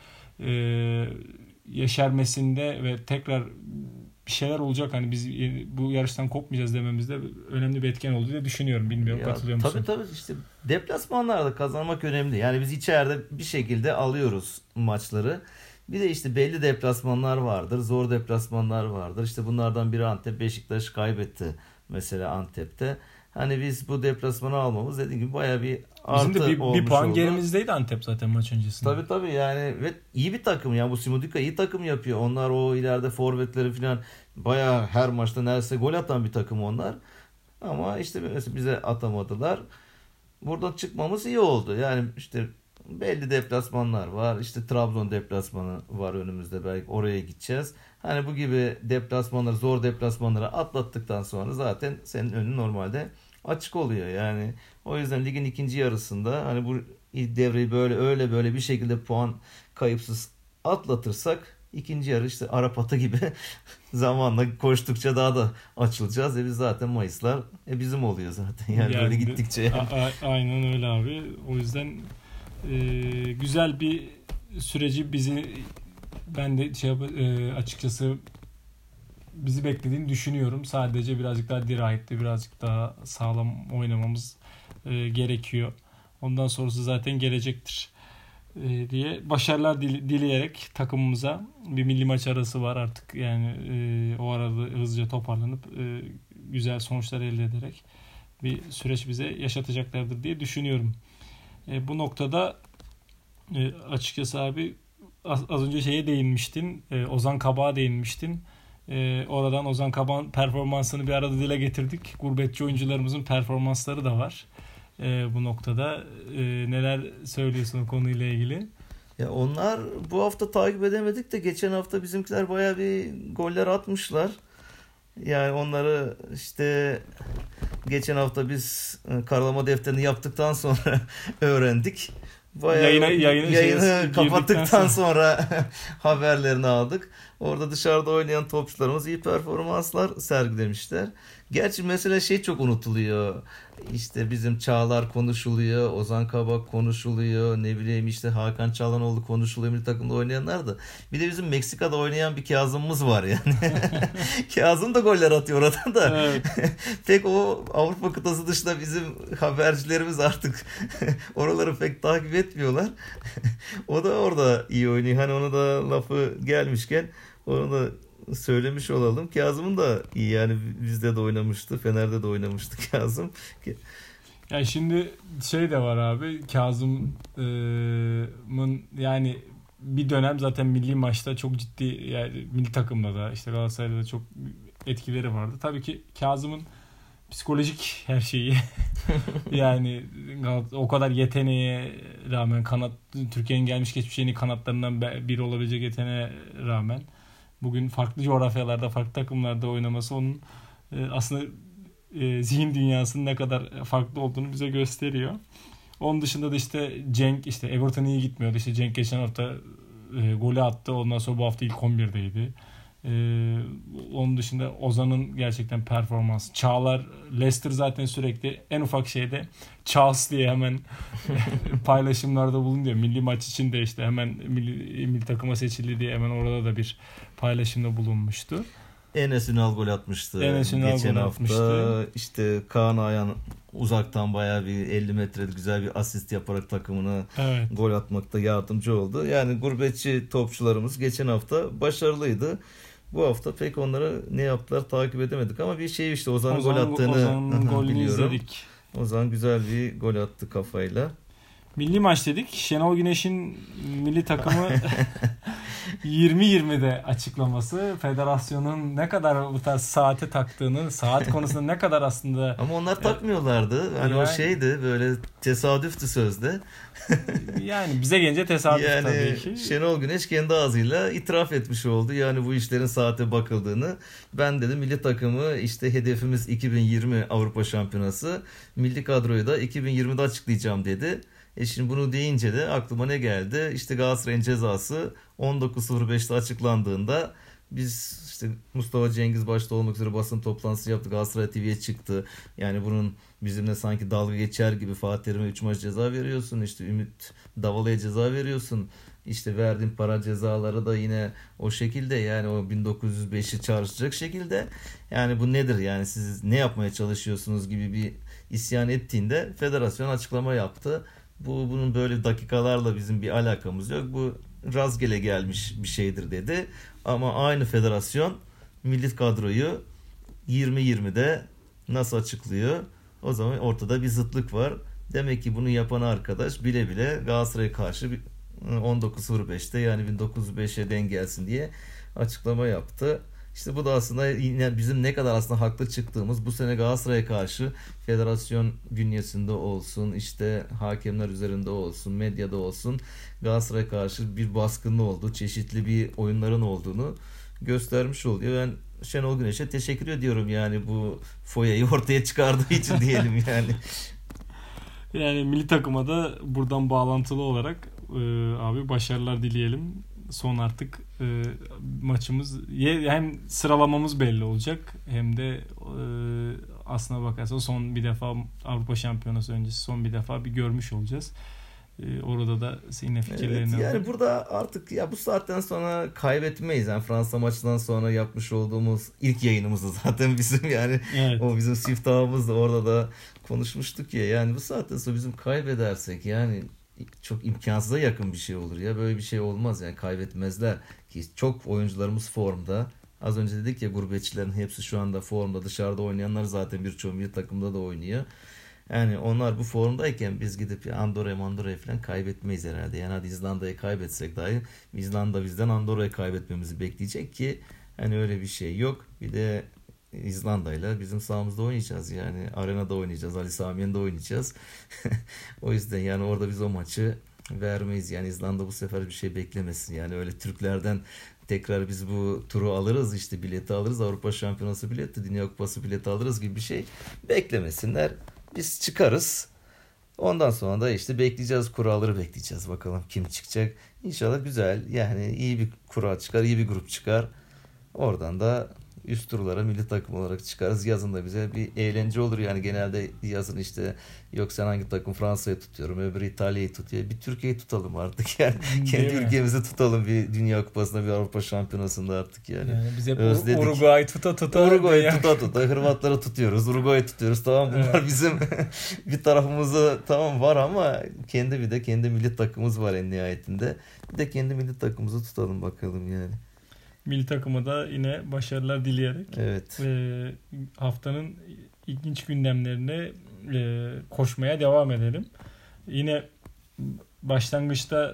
yeşermesinde ve tekrar bir şeyler olacak, hani biz bu yarıştan kopmayacağız dememizde önemli bir etken olduğu diye düşünüyorum. Bilmiyorum, katılıyor musun? Tabii işte deplasmanlarda kazanmak önemli. Yani biz içeride bir şekilde alıyoruz maçları. Bir de işte belli deplasmanlar vardır. Zor deplasmanlar vardır. İşte bunlardan biri Antep. Beşiktaş kaybetti mesela Antep'te. Hani biz bu deplasmanı almamız dediğim gibi bayağı bir artı bizim de bir puan oldu. gerimizdeydi Antep zaten maç öncesinde. Tabii yani ve iyi bir takım yani bu Simudika iyi takım yapıyor. Onlar o ileride forvetleri falan bayağı her maçta neredeyse gol atan bir takım onlar. Ama işte mesela bize atamadılar. Buradan çıkmamız iyi oldu. Yani işte belli deplasmanlar var. İşte Trabzon deplasmanı var önümüzde. Belki oraya gideceğiz. Hani bu gibi deplasmanları, zor deplasmanları atlattıktan sonra zaten senin önün normalde açık oluyor. Yani o yüzden ligin ikinci yarısında hani bu devreyi böyle bir şekilde puan kayıpsız atlatırsak ikinci yarı işte Arap atı gibi zamanla koştukça daha da açılacağız. Biz zaten Mayıslar bizim oluyor zaten. Yani böyle gittikçe. Aynen öyle abi. O yüzden güzel bir süreci ben de açıkçası bizi beklediğini düşünüyorum. Sadece birazcık daha dirayetli, birazcık daha sağlam oynamamız gerekiyor. Ondan sonrası zaten gelecektir diye başarılar dileyerek takımımıza, bir milli maç arası var artık yani o arada hızlıca toparlanıp güzel sonuçlar elde ederek bir süreç bize yaşatacaklardır diye düşünüyorum. Bu noktada açıkçası abi az önce şeye değinmiştin, Ozan Kabak'a değinmiştin. Oradan Ozan Kabak'ın performansını bir arada dile getirdik. Gurbetçi oyuncularımızın performansları da var. Bu noktada neler söylüyorsun o konuyla ilgili? Ya onlar bu hafta takip edemedik de geçen hafta bizimkiler bayağı bir goller atmışlar. Yani onları işte geçen hafta biz karalama defterini yaptıktan sonra öğrendik. Bayağı yayını kapattıktan sonra haberlerini aldık. Orada dışarıda oynayan topçularımız iyi performanslar sergilemişler. Gerçi mesela şey çok unutuluyor. İşte bizim Çağlar konuşuluyor, Ozan Kabak konuşuluyor, ne bileyim işte Hakan Çalhanoğlu konuşuluyor milli takımda oynayanlar da. Bir de bizim Meksika'da oynayan bir Kazım'ımız var yani. Kazım da goller atıyor oradan da. Evet. Pek o Avrupa kıtası dışında bizim habercilerimiz artık oraları pek takip etmiyorlar. O da orada iyi oynuyor. Hani onu da lafı gelmişken onu da söylemiş olalım. Kazım'ın da iyi yani bizde de oynamıştı. Fener'de de oynamıştı Kazım. Yani şimdi şey de var abi, Kazım'ın yani bir dönem zaten milli maçta çok ciddi, yani milli takımda da işte Galatasaray'da da çok etkileri vardı. Tabii ki Kazım'ın psikolojik her şeyi yani o kadar yeteneğe rağmen, Türkiye'nin gelmiş geçmiş en iyi kanatlarından biri olabilecek yeteneğe rağmen bugün farklı coğrafyalarda, farklı takımlarda oynaması onun aslında zihin dünyasının ne kadar farklı olduğunu bize gösteriyor. Onun dışında da işte Cenk, işte Everton iyi gitmiyordu. İşte Cenk geçen hafta golü attı. Ondan sonra bu hafta ilk 11'deydi. Onun dışında Ozan'ın gerçekten performansı. Çağlar, Leicester zaten sürekli en ufak şeyde Charles diye hemen paylaşımlarda bulunuyor. Milli maç için de işte hemen milli takıma seçildi diye hemen orada da bir paylaşımda bulunmuştu. Enes Ünal gol atmıştı. Geçen hafta işte Kaan Ayhan uzaktan bayağı bir 50 metrede güzel bir asist yaparak takımına gol atmakta yardımcı oldu. Yani gurbetçi topçularımız geçen hafta başarılıydı. Bu hafta pek onlara ne yaptılar takip edemedik ama bir şey işte Ozan'ın gol attığını biliyorum. İzledik. Ozan güzel bir gol attı kafayla. Milli maç dedik. Şenol Güneş'in milli takımı 20-20'de açıklaması, federasyonun ne kadar bu tarz saate taktığını, saat konusunda ne kadar aslında... Ama onlar takmıyorlardı. Yani o şeydi, böyle tesadüftü sözde. Yani bize gelince tesadüf yani, tabii ki. Şenol Güneş kendi ağzıyla itiraf etmiş oldu. Yani bu işlerin saate bakıldığını. Ben dedim milli takımı işte hedefimiz 2020 Avrupa Şampiyonası. Milli kadroyu da 2020'de açıklayacağım dedi. Şimdi bunu deyince de aklıma ne geldi? İşte Galatasaray'ın cezası 19.05'te açıklandığında biz işte Mustafa Cengiz başta olmak üzere basın toplantısı yaptık. Galatasaray TV'ye çıktı. Yani bunun bizimle sanki dalga geçer gibi Fatih Terim'e 3 maç ceza veriyorsun. İşte Ümit Davalı'ya ceza veriyorsun. İşte verdiğin para cezaları da yine o şekilde, yani o 1905'i çağrışacak şekilde. Yani bu nedir, yani siz ne yapmaya çalışıyorsunuz gibi bir isyan ettiğinde federasyon açıklama yaptı. Bunun böyle dakikalarla bizim bir alakamız yok. Bu rastgele gelmiş bir şeydir dedi. Ama aynı federasyon milli kadroyu 2020'de nasıl açıklıyor? O zaman ortada bir zıtlık var. Demek ki bunu yapan arkadaş bile bile Galatasaray'a karşı 19.05'te yani 1905'e denk gelsin diye açıklama yaptı. İşte bu da aslında yine bizim ne kadar aslında haklı çıktığımız, bu sene Galatasaray'a karşı federasyon bünyesinde olsun, işte hakemler üzerinde olsun, medyada olsun Galatasaray'a karşı bir baskının olduğu, çeşitli bir oyunların olduğunu göstermiş oluyor. Ben Şenol Güneş'e teşekkür ediyorum yani bu foyayı ortaya çıkardığı için diyelim yani. Yani milli takıma da buradan bağlantılı olarak abi başarılar dileyelim. Son artık maçımız, hem sıralamamız belli olacak hem de aslına bakarsan son bir defa Avrupa Şampiyonası öncesi son bir defa bir görmüş olacağız. Orada da senin fikirlerini evet, yani burada artık ya bu saatten sonra kaybetmeyiz. Yani Fransa maçından sonra yapmış olduğumuz ilk yayınımızdı zaten bizim, yani evet. O bizim siftahımız da orada da konuşmuştuk ya, yani bu saatten sonra bizim kaybedersek yani çok imkansıza yakın bir şey olur ya, böyle bir şey olmaz yani, kaybetmezler ki çok oyuncularımız formda. Az önce dedik ya, gurbetçilerin hepsi şu anda formda, dışarıda oynayanlar zaten birçoğu bir takımda da oynuyor. Yani onlar bu formdayken biz gidip Andorra'ya falan kaybetmeyiz herhalde. Yani hadi İzlanda'yı kaybetsek dahi İzlanda bizden Andorra'yı kaybetmemizi bekleyecek ki hani öyle bir şey yok. Bir de İzlanda'yla bizim sahamızda oynayacağız, yani arenada oynayacağız, Ali Sami Yen'de oynayacağız. O yüzden yani orada biz o maçı vermeyiz. Yani İzlanda bu sefer bir şey beklemesin. Yani öyle Türklerden tekrar biz bu turu alırız, işte bileti alırız, Avrupa Şampiyonası bileti, Dünya Kupası bileti alırız gibi bir şey beklemesinler. Biz çıkarız. Ondan sonra da işte bekleyeceğiz, kuralları bekleyeceğiz. Bakalım kim çıkacak. İnşallah güzel, yani iyi bir kura çıkar, iyi bir grup çıkar. Oradan da üst turlara milli takım olarak çıkarız. Yazın da bize bir eğlence olur. Yani genelde yazın işte yok sen hangi takım, Fransa'yı tutuyorum, öbürü İtalya'yı tutuyor. Bir Türkiye'yi tutalım artık yani. Kendi ülkemizi tutalım bir Dünya Kupası'nda, bir Avrupa Şampiyonası'nda artık yani. Yani biz hep Özledik. Uruguay tuta Uruguay'ı tuta Hırvatları tutuyoruz, Uruguay'ı tutuyoruz. Tamam, bunlar bizim bir tarafımızda tamam var ama kendi milli takımımız var en nihayetinde. Bir de kendi milli takımımızı tutalım bakalım yani. Milli takıma da yine başarılar dileyerek Evet. Haftanın ilginç gündemlerine koşmaya devam edelim. Yine başlangıçta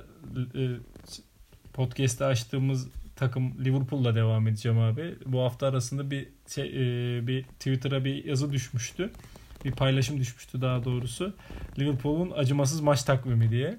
podcast'te açtığımız takım Liverpool'la devam edeceğim abi. Bu hafta arasında bir Twitter'a bir yazı düşmüştü. Bir paylaşım düşmüştü daha doğrusu. Liverpool'un acımasız maç takvimi diye.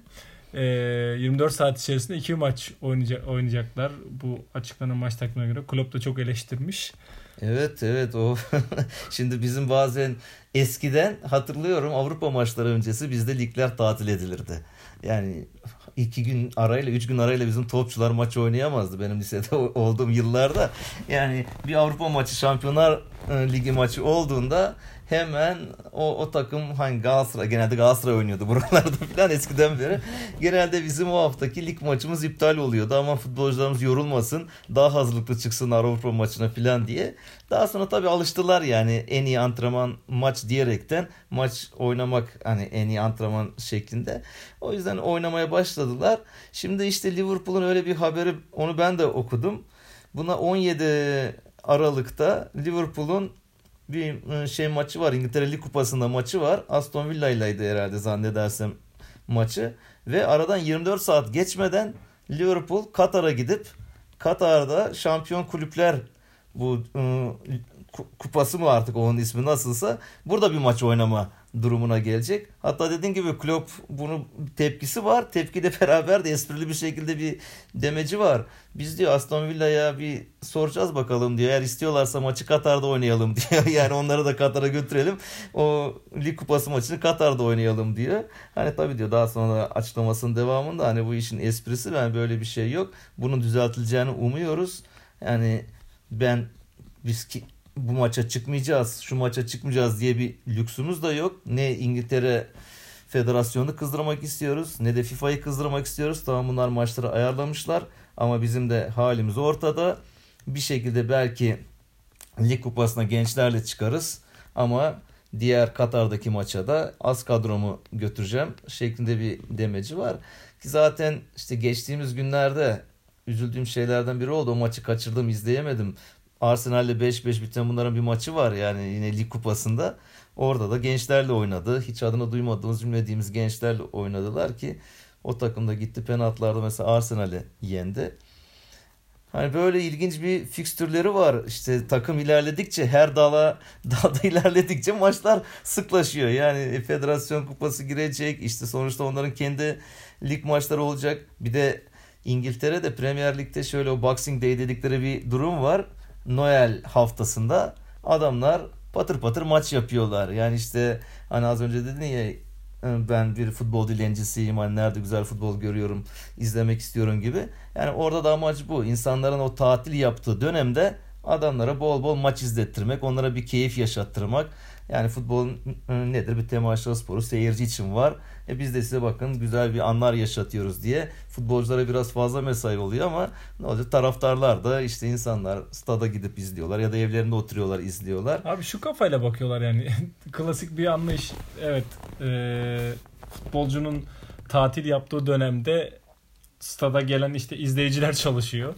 24 saat içerisinde 2 maç oynayacaklar. Bu açıklanan maç takvimine göre. Klopp da çok eleştirmiş. Evet o şimdi bizim bazen eskiden hatırlıyorum Avrupa maçları öncesi bizde ligler tatil edilirdi. Yani 2 gün arayla 3 gün arayla bizim topçular maç oynayamazdı benim lisede olduğum yıllarda. Yani bir Avrupa maçı, Şampiyonlar Ligi maçı olduğunda hemen o takım hangi Galatasaray, genelde Galatasaray oynuyordu buralarda falan eskiden beri. Genelde bizim o haftaki lig maçımız iptal oluyordu ama futbolcularımız yorulmasın, daha hazırlıklı çıksın Avrupa maçına falan diye. Daha sonra tabii alıştılar yani en iyi antrenman maç diyerekten maç oynamak hani en iyi antrenman şeklinde. O yüzden oynamaya başladılar. Şimdi işte Liverpool'un öyle bir haberi, onu ben de okudum. Buna 17 Aralık'ta Liverpool'un bir maçı var. İngiltere Lig Kupası'nda maçı var. Aston Villa ile'ydi herhalde zannedersem maçı. Ve aradan 24 saat geçmeden Liverpool Katar'a gidip Katar'da Şampiyon Kulüpler bu kupası mı artık onun ismi nasılsa burada bir maç oynama durumuna gelecek. Hatta dediğim gibi Klopp bunu tepkisi var. Tepkiyle beraber de esprili bir şekilde bir demeci var. Biz diyor Aston Villa'ya bir soracağız bakalım diyor. Eğer istiyorlarsa maçı Katar'da oynayalım diyor. Yani onları da Katar'a götürelim. O lig kupası maçını Katar'da oynayalım diyor. Hani tabii diyor daha sonra açıklamasının devamında hani bu işin esprisi, yani böyle bir şey yok. Bunun düzeltileceğini umuyoruz. Yani biz bu maça çıkmayacağız, şu maça çıkmayacağız diye bir lüksümüz de yok. Ne İngiltere Federasyonu kızdırmak istiyoruz, ne de FIFA'yı kızdırmak istiyoruz. Tamam, bunlar maçları ayarlamışlar ama bizim de halimiz ortada. Bir şekilde belki lig kupasına gençlerle çıkarız ama diğer Katar'daki maça da az kadromu götüreceğim şeklinde bir demeci var. Ki zaten işte geçtiğimiz günlerde üzüldüğüm şeylerden biri oldu. O maçı kaçırdım, izleyemedim. Arsenal'le 5-5 biten bunların bir maçı var yani yine lig kupasında. Orada da gençlerle oynadı. Hiç adını duymadığımız, bilmediğimiz gençlerle oynadılar ki o takım da gitti penaltılarda mesela Arsenal'i yendi. Hani böyle ilginç bir fikstürleri var. İşte takım ilerledikçe, her dalda ilerledikçe maçlar sıklaşıyor. Yani Federasyon Kupası girecek. İşte sonuçta onların kendi lig maçları olacak. Bir de İngiltere'de Premier Lig'de şöyle o Boxing Day dedikleri bir durum var. Noel haftasında adamlar patır patır maç yapıyorlar. Yani işte hani az önce dedin ya ben bir futbol dilencisiyim. Hani nerede güzel futbol görüyorum, izlemek istiyorum gibi. Yani orada da amaç bu. İnsanların o tatil yaptığı dönemde adamlara bol bol maç izlettirmek, onlara bir keyif yaşattırmak. Yani futbol nedir? Bir temaşa sporu, seyirci için var. Biz de size bakın güzel bir anlar yaşatıyoruz diye futbolculara biraz fazla mesai oluyor ama ne olacak? Taraftarlar da işte insanlar stada gidip izliyorlar ya da evlerinde oturuyorlar izliyorlar. Abi şu kafayla bakıyorlar yani. Klasik bir anlayış. Evet. Futbolcunun tatil yaptığı dönemde stada gelen işte izleyiciler çalışıyor.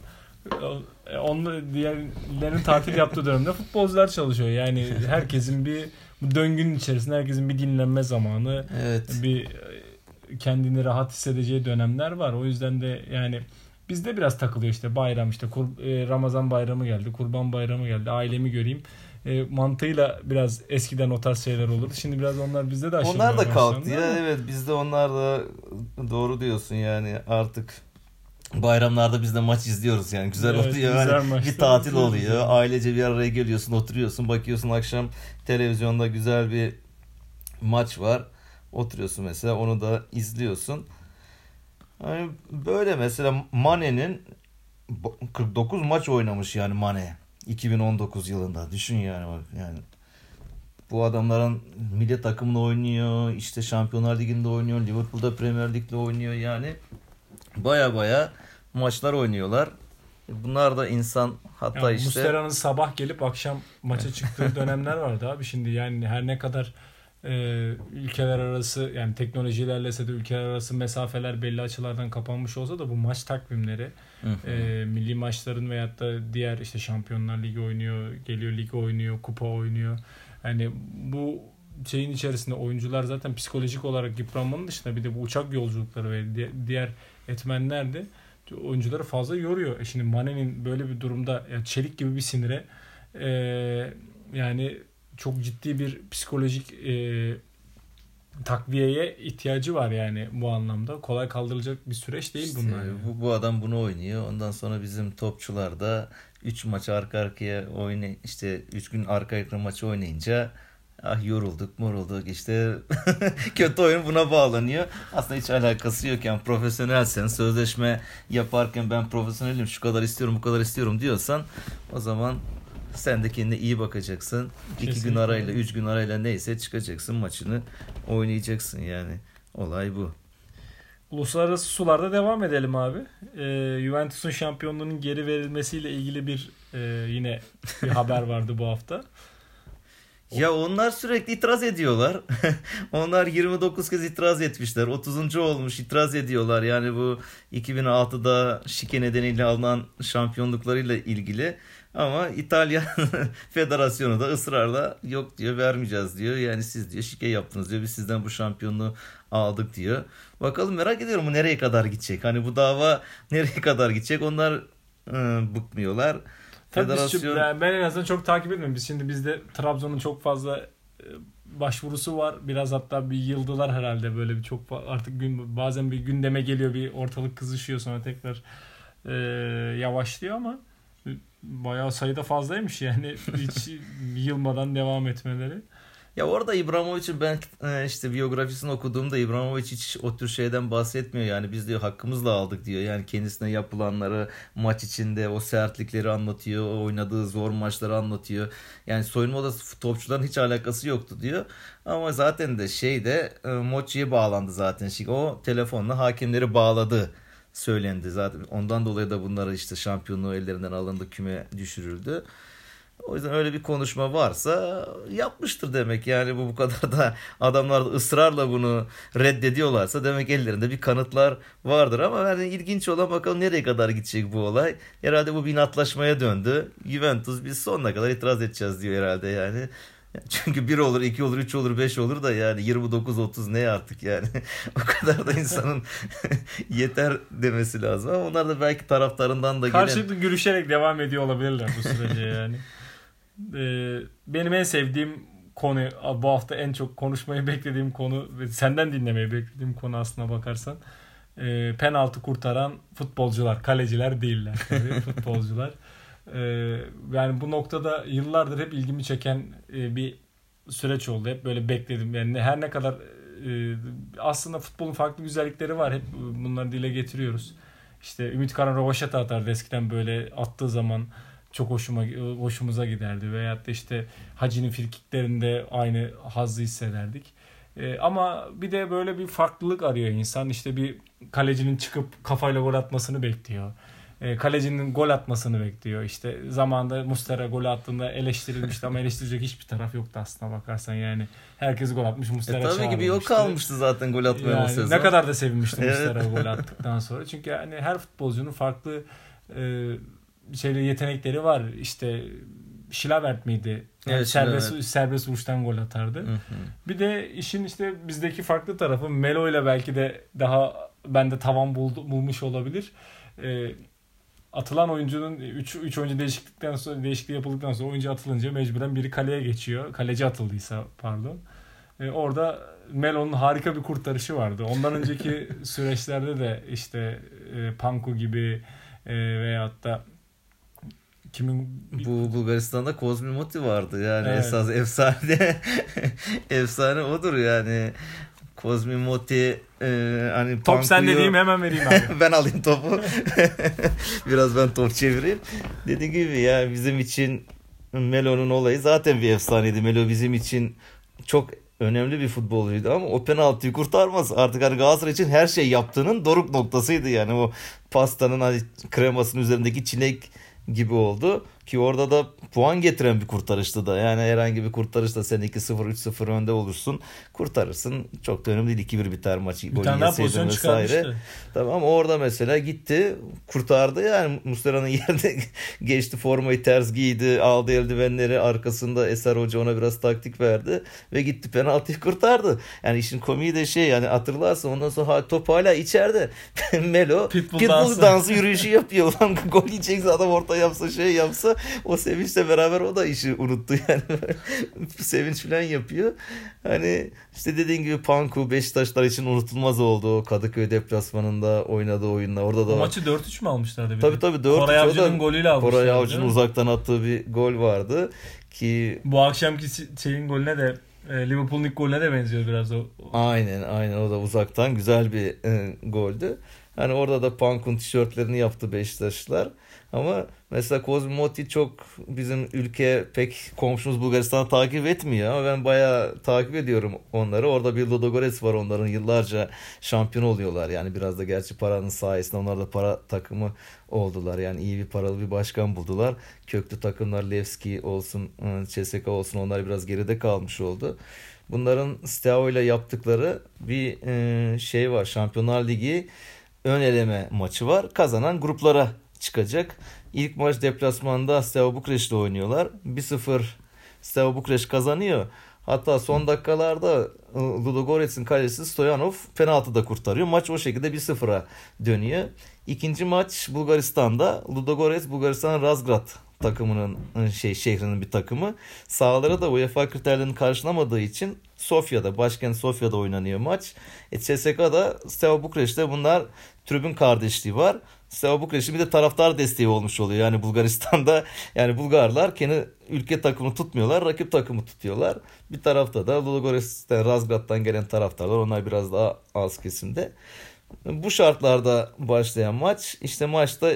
Diğerlerin tatil yaptığı dönemde futbolcular çalışıyor. Yani herkesin bir bu döngünün içerisinde herkesin bir dinlenme zamanı, evet, bir kendini rahat hissedeceği dönemler var. O yüzden de yani bizde biraz takılıyor işte bayram, işte Ramazan bayramı geldi, Kurban bayramı geldi, ailemi göreyim mantığıyla biraz eskiden o tarz şeyler olurdu. Şimdi biraz onlar bizde de aşılmaya başlandı. Onlar da kalktı ya. Ama. Evet, bizde onlar da doğru diyorsun yani artık bayramlarda biz de maç izliyoruz yani güzel oluyor. Yani bir tatil oluyor. Yani. Ailece bir araya geliyorsun, oturuyorsun, bakıyorsun akşam televizyonda güzel bir maç var. Oturuyorsun mesela, onu da izliyorsun. Yani böyle mesela Mane'nin 49 maç oynamış yani Mane 2019 yılında. Düşün yani bak yani. Bu adamların milli takımında oynuyor, işte Şampiyonlar Ligi'nde oynuyor, Liverpool'da Premier Lig'de oynuyor yani. Baya maçlar oynuyorlar. Bunlar da insan, hatta yani işte Muslera'nın sabah gelip akşam maça çıktığı dönemler vardı abi. Şimdi yani her ne kadar ülkeler arası, yani teknoloji ilerlese de ülkeler arası mesafeler belli açılardan kapanmış olsa da bu maç takvimleri milli maçların veyahut da diğer işte Şampiyonlar Ligi oynuyor, geliyor lig oynuyor, kupa oynuyor. Yani bu şeyin içerisinde oyuncular zaten psikolojik olarak yıpranmanın dışında bir de bu uçak yolculukları ve diğer etmenler de oyuncuları fazla yoruyor. Şimdi Mane'nin böyle bir durumda yani çelik gibi bir sinire yani çok ciddi bir psikolojik takviyeye ihtiyacı var yani bu anlamda. Kolay kaldırılacak bir süreç değil işte bunlar. Yani. bu adam bunu oynuyor. Ondan sonra bizim topçular da 3 maç arka arkaya işte 3 gün arka arkaya maçı oynayınca yorulduk işte kötü oyun buna bağlanıyor. Aslında hiç alakası yok yani, profesyonelsen, sözleşme yaparken ben profesyonelim, şu kadar istiyorum bu kadar istiyorum diyorsan, o zaman sen de kendine iyi bakacaksın. Kesinlikle. 2 gün arayla 3 gün arayla neyse çıkacaksın, maçını oynayacaksın yani. Olay bu. Uluslararası sularda devam edelim abi. Juventus'un şampiyonluğunun geri verilmesiyle ilgili bir yine bir haber vardı bu hafta. Ya onlar sürekli itiraz ediyorlar. Onlar 29 kez itiraz etmişler. 30. olmuş, itiraz ediyorlar. Yani bu 2006'da şike nedeniyle alınan şampiyonluklarıyla ilgili. Ama İtalya Federasyonu da ısrarla yok diyor, vermeyeceğiz diyor. Yani siz diyor şike yaptınız diyor. Biz sizden bu şampiyonluğu aldık diyor. Bakalım, merak ediyorum bu nereye kadar gidecek? Hani bu dava nereye kadar gidecek? Onlar bıkmıyorlar. Federasyon... Ben en azından çok takip etmiyorum. Şimdi bizde Trabzon'un çok fazla başvurusu var. Biraz hatta bir yıldılar herhalde, böyle bir çok artık bazen bir gündeme geliyor, bir ortalık kızışıyor, sonra tekrar yavaşlıyor ama bayağı sayıda fazlaymış yani hiç yılmadan devam etmeleri. Ya orada İbrahimovic'in ben işte biyografisini okuduğumda İbrahimovic hiç o tür şeyden bahsetmiyor. Yani biz diyor hakkımızla aldık diyor. Yani kendisine yapılanları, maç içinde o sertlikleri anlatıyor. O oynadığı zor maçları anlatıyor. Yani soyunma odası topçuların hiç alakası yoktu diyor. Ama zaten de Mochi'ye bağlandı zaten. O telefonla hakemleri bağladı söylendi zaten. Ondan dolayı da bunları işte şampiyonluğu ellerinden alındı, küme düşürüldü. O yüzden öyle bir konuşma varsa yapmıştır demek. Yani bu kadar da adamlar da ısrarla bunu reddediyorlarsa demek ellerinde bir kanıtlar vardır. Ama yani ilginç olan, bakalım nereye kadar gidecek bu olay. Herhalde bu bir inatlaşmaya döndü. Juventus biz sonuna kadar itiraz edeceğiz diyor herhalde yani. Çünkü 1 olur, 2 olur, 3 olur, 5 olur da yani 29-30 ne artık yani. O kadar da insanın yeter demesi lazım. Ama onlar da belki taraftarından da gelen... Karşılıklı gülüşerek devam ediyor olabilirler bu sürece yani. Benim en sevdiğim konu, bu hafta en çok konuşmayı beklediğim konu ve senden dinlemeyi beklediğim konu aslına bakarsan penaltı kurtaran futbolcular, kaleciler değiller tabii, futbolcular. Yani bu noktada yıllardır hep ilgimi çeken bir süreç oldu. Hep böyle bekledim. Yani her ne kadar aslında futbolun farklı güzellikleri var. Hep bunları dile getiriyoruz. İşte Ümit Karan rövaşata atardı eskiden, böyle attığı zaman çok hoşumuza giderdi. Veyahut da işte Hacı'nin frikiklerinde aynı hazzı hissederdik. Ama bir de böyle bir farklılık arıyor insan. İşte bir kalecinin çıkıp kafayla gol atmasını bekliyor. Kalecinin gol atmasını bekliyor. İşte zamanında Muslera gol attığında eleştirilmişti ama eleştirecek hiçbir taraf yoktu aslına bakarsan yani. Herkes gol atmış, Muslera çağrılmıştı. Tabii ki bir yok kalmıştı zaten gol atmaya yani o sezon. Ne kadar da sevinmişti Muslera gol attıktan sonra. Çünkü yani her futbolcunun farklı yetenekleri var. İşte Şilavert miydi? Yani evet, serbest vuruştan gol atardı. Hı. Bir de işin işte bizdeki farklı tarafı, Melo ile belki de daha bende tavan bulmuş olabilir. Atılan oyuncunun 3 oyuncu değişikliği yapıldıktan sonra oyuncu atılınca mecburen biri kaleye geçiyor. Kaleci atıldıysa pardon. Orada Melo'nun harika bir kurtarışı vardı. Ondan önceki süreçlerde de işte Panku gibi veyahut da bu Bulgaristan'da Kozmi Moti vardı yani, evet. Esas efsane odur yani. Kozmi Moti hani Top Panku'yu... sen dediğim hemen vereyim abi. Ben alayım topu. Biraz ben top çevireyim. Dediğim gibi ya bizim için Melo'nun olayı zaten bir efsaneydi. Melo bizim için çok önemli bir futbolcuydu ama o penaltıyı kurtarmaz. Artık hani Galatasaray için her şey yaptığının doruk noktasıydı yani. O pastanın hani kremasının üzerindeki çilek gibi oldu. Ki orada da puan getiren bir kurtarıştı da. Yani herhangi bir kurtarışta sen 2-0 3-0 önde olursun. Kurtarırsın. Çok da önemli değil. 2-1 biter maç. Bir tane daha pozisyon çıkarmıştı. Tamam, orada mesela gitti kurtardı yani. Muslera'nın yerde geçti, formayı ters giydi, aldı eldivenleri, arkasında Eser Hoca ona biraz taktik verdi ve gitti penaltıyı kurtardı. Yani işin komiği de şey, yani hatırlarsın ondan sonra top hala içeride. Melo Pitbull dansı yürüyüşü yapıyor. Ulan gol yiyecekse adam orta yapsa şey yapsa, o sevinçle beraber o da işi unuttu yani. Sevinç falan yapıyor. Hani işte dediğin gibi Panku Beşiktaşlar için unutulmaz oldu. O Kadıköy deplasmanında oynadığı oyunla. Orada da o maçı 4-3 mü almışlardı? Tabii 4-3. Koray Avcı'nın golüyle almışlardı. Koray Avcı'nın uzaktan attığı bir gol vardı ki bu akşamki şeyin golüne de Liverpool'un ilk golüne de benziyor biraz o. Aynen o da uzaktan güzel bir goldü. Hani orada da Pank'un tişörtlerini yaptı Beşiktaşlılar. Ama mesela Kozmi Moti çok bizim ülke pek komşumuz Bulgaristan'ı takip etmiyor ama ben bayağı takip ediyorum onları. Orada bir Ludogorets var, onların yıllarca şampiyon oluyorlar. Yani biraz da gerçi paranın sayesinde onlar da para takımı oldular. Yani iyi bir paralı bir başkan buldular. Köklü takımlar Levski olsun, CSKA olsun, onlar biraz geride kalmış oldu. Bunların Steaua ile yaptıkları bir şey var. Şampiyonlar Ligi ön eleme maçı var. Kazanan gruplara çıkacak. İlk maç deplasmanda Steaua Bukreş'le oynuyorlar. 1-0 Steaua Bukreş kazanıyor. Hatta son dakikalarda Ludogorets'in kalecisi Stoyanov penaltı da kurtarıyor. Maç o şekilde 1-0'a dönüyor. İkinci maç Bulgaristan'da. Ludogorets Bulgaristan'ın Razgrad takımının şehrinin bir takımı. Sahaları da UEFA kriterlerini karşılamadığı için Sofya'da, başkent Sofya'da oynanıyor maç. CSKA'da Steaua Bukreş'te bunlar tribün kardeşliği var. Steaua Bukreş'in bir de taraftar desteği olmuş oluyor. Yani Bulgaristan'da, yani Bulgarlar kendi ülke takımını tutmuyorlar, rakip takımı tutuyorlar. Bir tarafta da Ludogorets'ten, Razgrad'dan gelen taraftarlar, onlar biraz daha az kesimde. Bu şartlarda başlayan maç, işte maçta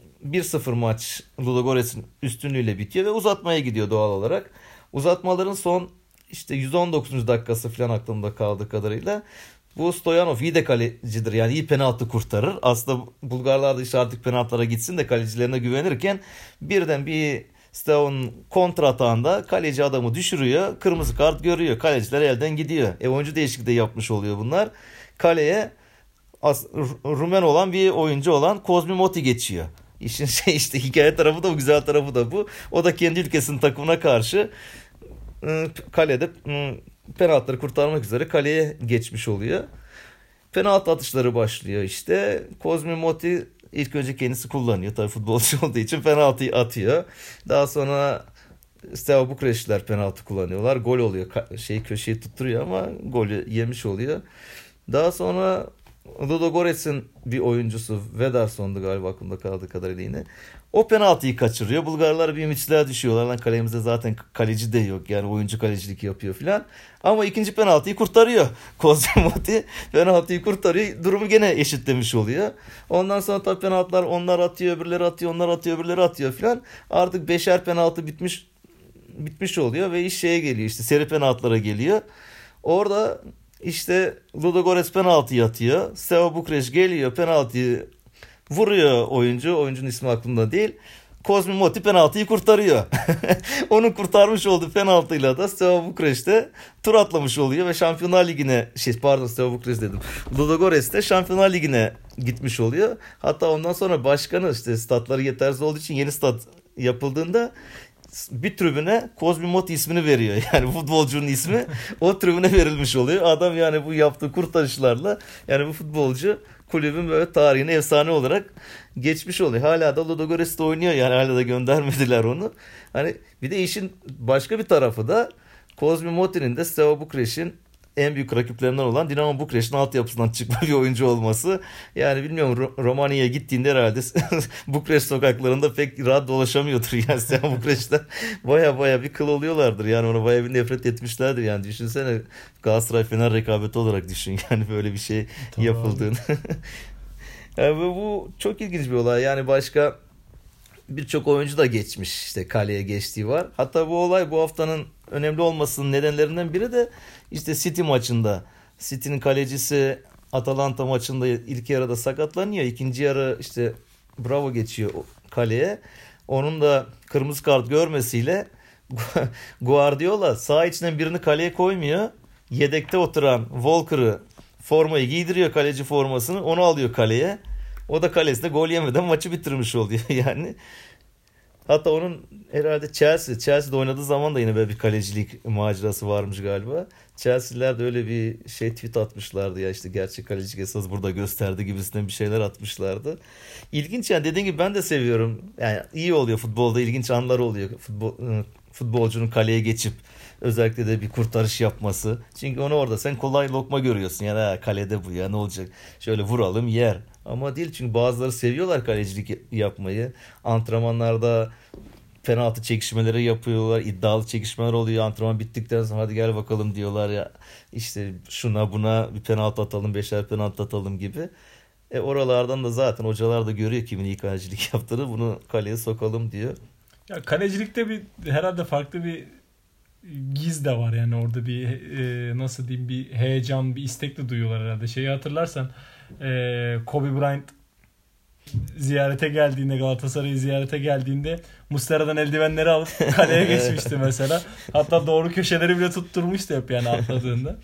1-0 maç Ludogorets'in üstünlüğüyle bitiyor ve uzatmaya gidiyor doğal olarak. Uzatmaların son işte 119. dakikası falan aklımda kaldığı kadarıyla. Bu Stoyanov iyi de kalecidir, yani iyi penaltı kurtarır. Aslında Bulgarlar da işte artık penaltılara gitsin de kalecilerine güvenirken birden bir Steauna'nın kontra atağında kaleci adamı düşürüyor. Kırmızı kart görüyor. Kaleciler elden gidiyor. Oyuncu değişikliği yapmış oluyor bunlar. Kaleye Rumen olan bir oyuncu olan Kozmi Moti geçiyor. İşin işte hikaye tarafı da bu, güzel tarafı da bu. O da kendi ülkesinin takımına karşı kalede penaltıları kurtarmak üzere kaleye geçmiş oluyor. Penaltı atışları başlıyor işte. Kozmi Moti ilk önce kendisi kullanıyor. Tabii futbolcu olduğu için penaltıyı atıyor. Daha sonra Steaua Bukreşliler penaltı kullanıyorlar. Gol oluyor. Köşeyi tutturuyor ama golü yemiş oluyor. Daha sonra Ludogorets'in bir oyuncusu Vedarson'du galiba, aklımda kaldığı kadarıyla yine. O penaltıyı kaçırıyor. Bulgarlar bir ümitçiliğe düşüyorlar. Lan kalemizde zaten kaleci de yok. Yani oyuncu kalecilik yapıyor filan. Ama ikinci penaltıyı kurtarıyor. Kozmi Moti penaltıyı kurtarıyor. Durumu gene eşitlemiş oluyor. Ondan sonra tabii penaltılar, onlar atıyor, öbürleri atıyor, onlar atıyor, öbürleri atıyor filan. Artık 5'er penaltı bitmiş oluyor ve iş şeye geliyor, işte seri penaltılara geliyor. Orada işte Ludogorets penaltıyı atıyor. Steaua Bukreş geliyor, penaltıyı vuruyor oyuncu. Oyuncunun ismi aklımda değil. Kozmi Moti penaltıyı kurtarıyor. Onun kurtarmış olduğu penaltıyla da Steaua Bukreş'te tur atlamış oluyor ve Şampiyonlar Ligi'ne Steaua Bukreş dedim. Ludogorets'te Şampiyonlar Ligi'ne gitmiş oluyor. Hatta ondan sonra başkanı, işte statları yetersiz olduğu için yeni stat yapıldığında bir tribüne Kozmi Moti ismini veriyor. Yani futbolcunun ismi o tribüne verilmiş oluyor. Adam yani bu yaptığı kurtarışlarla, yani bu futbolcu kulübün böyle tarihine efsane olarak geçmiş oluyor. Hala da Ludogorets'te oynuyor, yani hala da göndermediler onu. Hani bir de işin başka bir tarafı da Kozmi Moti'nin de Steaua Bukreş'in en büyük rakiplerinden olan Dinamo Bukreş'in altyapısından çıkma bir oyuncu olması. Yani bilmiyorum, Romanya'ya gittiğinde herhalde Bukreş sokaklarında pek rahat dolaşamıyordur. Yani Steaua Bukreş'ten baya bir kıl oluyorlardır. Yani ona baya bir nefret etmişlerdir. Yani düşünsene, Galatasaray Fener rekabeti olarak düşün. Yani böyle bir şey Tabii yapıldığını. Yani bu çok ilginç bir olay. Yani başka birçok oyuncu da geçmiş, işte kaleye geçtiği var. Hatta bu olay bu haftanın önemli olmasının nedenlerinden biri de işte City maçında. City'nin kalecisi Atalanta maçında ilk yarıda sakatlanıyor. İkinci yarı işte Bravo geçiyor kaleye. Onun da kırmızı kart görmesiyle Guardiola sağ içinden birini kaleye koymuyor. Yedekte oturan Walker'ı formayı giydiriyor, kaleci formasını. Onu alıyor kaleye. O da kalesinde gol yemeden maçı bitirmiş oluyor yani. Hatta onun herhalde Chelsea'de oynadığı zaman da yine böyle bir kalecilik macerası varmış galiba. Chelsea'liler de öyle bir tweet atmışlardı ya, işte gerçek kalecilik esas burada gösterdi gibisinden bir şeyler atmışlardı. İlginç yani, dediğim gibi ben de seviyorum. Yani iyi oluyor futbolda, ilginç anlar oluyor. Futbolcunun kaleye geçip özellikle de bir kurtarış yapması. Çünkü onu orada sen kolay lokma görüyorsun. Yani kalede bu ya, ne olacak? Şöyle vuralım yer. Ama değil, çünkü bazıları seviyorlar kalecilik yapmayı. Antrenmanlarda penaltı çekişmeleri yapıyorlar. İddialı çekişmeler oluyor. Antrenman bittikten sonra hadi gel bakalım diyorlar ya. İşte şuna buna bir penaltı atalım, beşer penaltı atalım gibi. Oralardan da zaten hocalar da görüyor kimin iyi kalecilik yaptığını. Bunu kaleye sokalım diyor. Ya kalecilikte bir herhalde farklı bir giz de var yani, orada bir nasıl diyeyim, bir heyecan, bir istek de duyuyorlar herhalde. Şeyi hatırlarsan Kobe Bryant ziyarete geldiğinde, Galatasaray'ı ziyarete geldiğinde Muslera'dan eldivenleri alıp kaleye geçmişti mesela. Hatta doğru köşeleri bile tutturmuştu hep yani atladığında.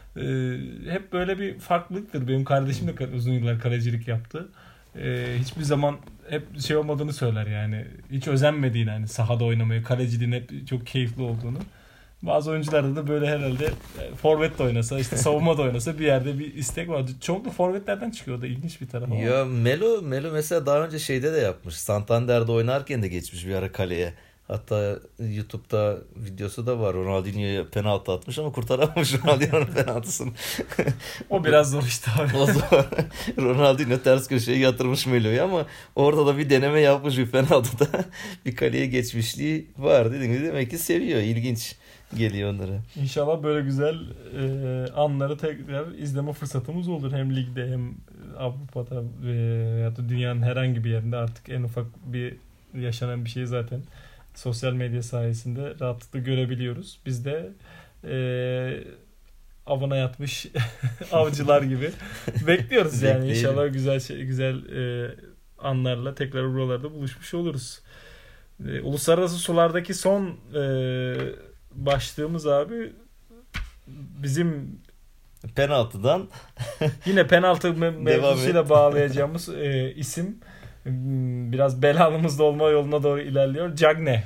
Hep böyle bir farklılıktır. Benim kardeşim de uzun yıllar kalecilik yaptı. Hiçbir zaman hep şey olmadığını söyler yani. Hiç özenmediğini, yani sahada oynamayı, kaleciliğin hep çok keyifli olduğunu. Bazı oyuncularda da böyle herhalde forvet de oynasa, işte savunma da oynasa bir yerde bir istek var. Çoğunlukla forvetlerden çıkıyor, o da ilginç bir taraf. Ya Melo mesela daha önce şeyde de yapmış. Santander'de oynarken de geçmiş bir ara kaleye. Hatta YouTube'da videosu da var. Ronaldinho'ya penaltı atmış ama kurtaramamış Ronaldinho'nun penaltısını. O biraz zor işte abi. O zaman Ronaldinho ters köşeye yatırmış Melo'yu ama orada da bir deneme yapmış, bir penaltıda bir kaleye geçmişliği var. Dediğim gibi demek ki seviyor. İlginç geliyor onlara. İnşallah böyle güzel anları tekrar izleme fırsatımız olur. Hem ligde hem Avrupa'da veya da dünyanın herhangi bir yerinde. Artık en ufak bir yaşanan bir şey zaten sosyal medya sayesinde rahatlıkla görebiliyoruz. Biz de avına yatmış avcılar gibi bekliyoruz yani. İnşallah güzel anlarla tekrar buralarda buluşmuş oluruz. Uluslararası sulardaki son başlığımız abi bizim penaltıdan yine penaltı mevzusuyla bağlayacağımız isim biraz belalımızda olma yoluna doğru ilerliyor. Cagne.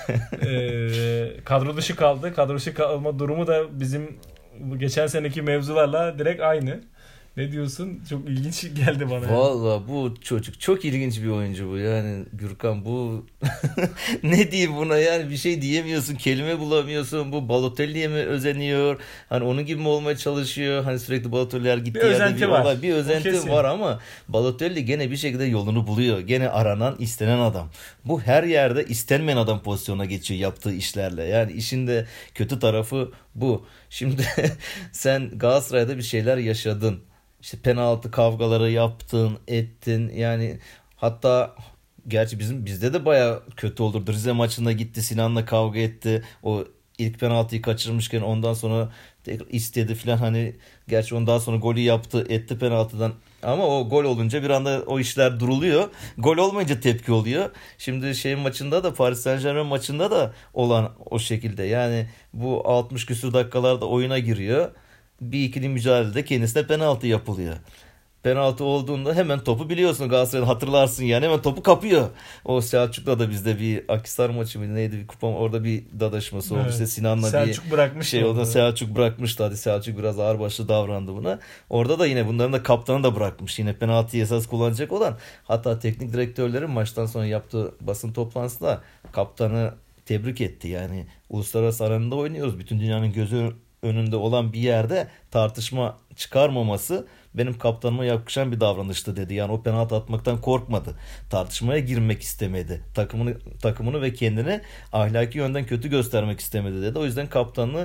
Kadro dışı kaldı. Kadro dışı kalma durumu da bizim geçen seneki mevzularla direkt aynı. Ne diyorsun? Çok ilginç geldi bana. Vallahi bu çocuk çok ilginç bir oyuncu bu. Yani Gürkan, bu ne diyeyim buna, yani bir şey diyemiyorsun, kelime bulamıyorsun. Bu Balotelli'ye mi özeniyor? Hani onun gibi mi olmaya çalışıyor? Hani sürekli Balotelli'ler gittiği yerde bir olay, bir özenti var ama Balotelli gene bir şekilde yolunu buluyor. Gene aranan, istenen adam. Bu her yerde istenmeyen adam pozisyona geçiyor yaptığı işlerle. Yani işin de kötü tarafı bu. Şimdi sen Galatasaray'da bir şeyler yaşadın. İşte penaltı kavgaları yaptın, ettin. Yani hatta gerçi bizde de baya kötü oldu. Rize maçında gitti, Sinan'la kavga etti. O ilk penaltıyı kaçırmışken ondan sonra tekrar istedi falan, hani gerçi ondan sonra golü yaptı, etti penaltıdan. Ama o gol olunca bir anda o işler duruluyor. Gol olmayınca tepki oluyor. Şimdi maçında da, Paris Saint-Germain maçında da olan o şekilde. Yani bu 60 küsur dakikalarda oyuna giriyor. Bir ikili mücadelede kendisine penaltı yapılıyor. Penaltı olduğunda hemen topu, biliyorsun Galatasaray'ı hatırlarsın yani, hemen topu kapıyor. O Selçuk'la da bizde bir Akhisar maçı mıydı neydi, bir kupa, orada bir dadaşması oldu. İşte Sinan'la Selçuk bırakmış şey oldu. Selçuk bırakmıştı, hadi Selçuk biraz ağırbaşlı davrandı buna. Orada da yine bunların da kaptanı da bırakmış. Yine penaltıyı esas kullanacak olan, hatta teknik direktörlerin maçtan sonra yaptığı basın toplantısında kaptanı tebrik etti. Yani uluslararası arenada oynuyoruz. Bütün dünyanın gözü önünde olan bir yerde tartışma çıkarmaması benim kaptanıma yakışan bir davranıştı dedi. Yani o penaltı atmaktan korkmadı. Tartışmaya girmek istemedi. Takımını ve kendini ahlaki yönden kötü göstermek istemedi dedi. O yüzden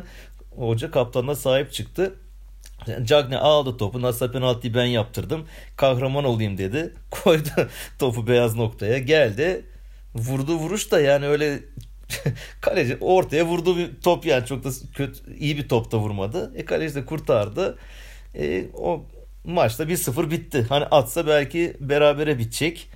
hoca kaptanına sahip çıktı. Cagney aldı topu. Nasıl penaltıyı ben yaptırdım. Kahraman olayım dedi. Koydu topu beyaz noktaya. Geldi. Vurdu vuruş da yani öyle kaleci ortaya vurdu bir top, yani çok da kötü, iyi bir top da vurmadı. Kaleci de kurtardı. O maçta 1-0 bitti. Hani atsa belki berabere bitecek.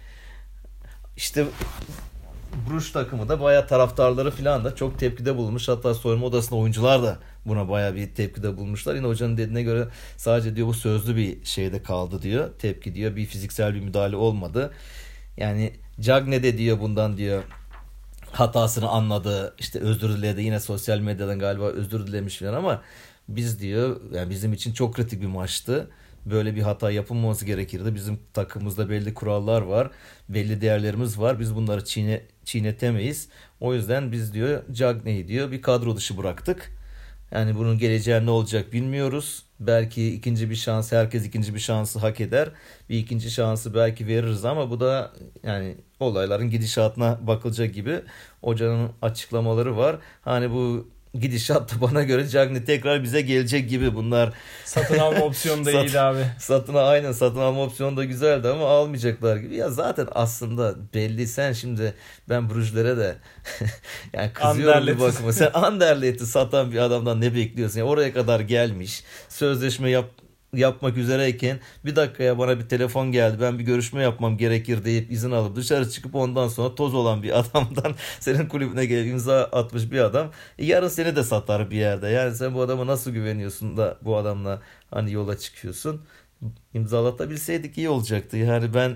İşte Bruges takımı da bayağı taraftarları falan da çok tepkide bulunmuş. Hatta soyunma odasında oyuncular da buna bayağı bir tepkide bulmuşlar. Yine hocanın dediğine göre sadece diyor bu sözlü bir şeyde kaldı diyor. Tepki diyor. Bir fiziksel bir müdahale olmadı. Yani Cagney de diyor bundan diyor hatasını anladı. İşte özür diledi. Yine sosyal medyadan galiba özür dilemiş falan ama biz diyor yani bizim için çok kritik bir maçtı. Böyle bir hata yapılmaması gerekirdi. Bizim takımımızda belli kurallar var. Belli değerlerimiz var. Biz bunları çiğnetemeyiz. O yüzden biz diyor Cagney'i diyor bir kadro dışı bıraktık. Yani bunun geleceği ne olacak bilmiyoruz. Belki ikinci bir şans, herkes ikinci bir şansı hak eder. Bir ikinci şansı belki veririz ama bu da yani olayların gidişatına bakılacak gibi. Hocanın açıklamaları var. Hani bu gidişat da bana göre Cagney tekrar bize gelecek gibi. Bunlar Satın alma opsiyonu da iyiydi abi. satın alma opsiyonu da güzeldi ama almayacaklar gibi. Ya zaten aslında belli, sen şimdi ben Bruges'lere de yani kızıyorum bir bakıma. Sen Anderlecht'i satan bir adamdan ne bekliyorsun? Yani oraya kadar gelmiş. Sözleşme yapmak üzereyken bir dakikaya bana bir telefon geldi. Ben bir görüşme yapmam gerekir deyip izin alıp dışarı çıkıp ondan sonra toz olan bir adamdan senin kulübüne gelip imza atmış bir adam. Yarın seni de satar bir yerde. Yani sen bu adama nasıl güveniyorsun da bu adamla hani yola çıkıyorsun? İmzalatabilseydik iyi olacaktı. Yani ben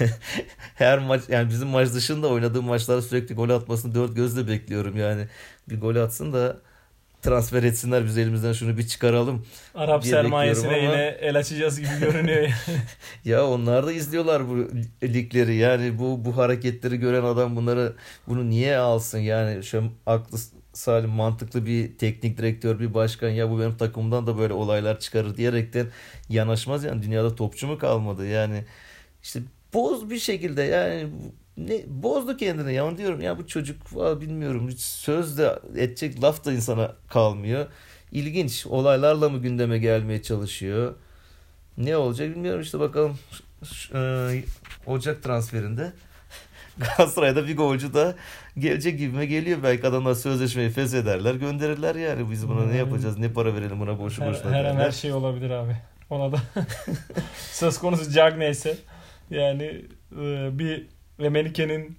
her maç, yani bizim maç dışında oynadığım maçlarda sürekli gol atmasını dört gözle bekliyorum. Yani bir gol atsın da transfer etsinler, biz elimizden şunu bir çıkaralım. Arap sermayesine yine el açacağız gibi görünüyor. Ya onlar da izliyorlar bu ligleri. Yani bu hareketleri gören adam bunu niye alsın? Yani şu aklı salim mantıklı bir teknik direktör, bir başkan ya bu benim takımımdan da böyle olaylar çıkarır diyerekten yanaşmaz. Yani dünyada topçu mu kalmadı? Yani işte boz bir şekilde, yani bozdu kendini ya, diyorum ya bu çocuk bilmiyorum, hiç söz de edecek laf da insana kalmıyor. İlginç olaylarla mı gündeme gelmeye çalışıyor, ne olacak bilmiyorum. İşte bakalım Ocak transferinde Galatasaray'da bir golcü da gelecek gibime geliyor. Belki adamlar sözleşmeyi feshederler, gönderirler. Yani biz buna ne yapacağız, ne para verelim buna boşu boşuna her an her şey olabilir abi ona da. Söz konusu Cagney ise yani bir Emenike'nin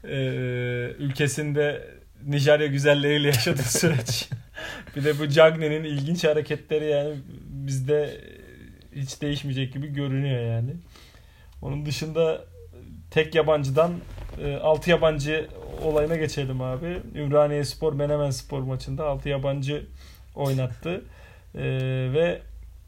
ülkesinde Nijerya güzelleriyle yaşadığı süreç. Bir de bu Cagney'nin ilginç hareketleri yani bizde hiç değişmeyecek gibi görünüyor yani. Onun dışında tek yabancıdan 6 yabancı olayına geçelim abi. Ümraniye Menemen Spor maçında 6 yabancı oynattı. Ve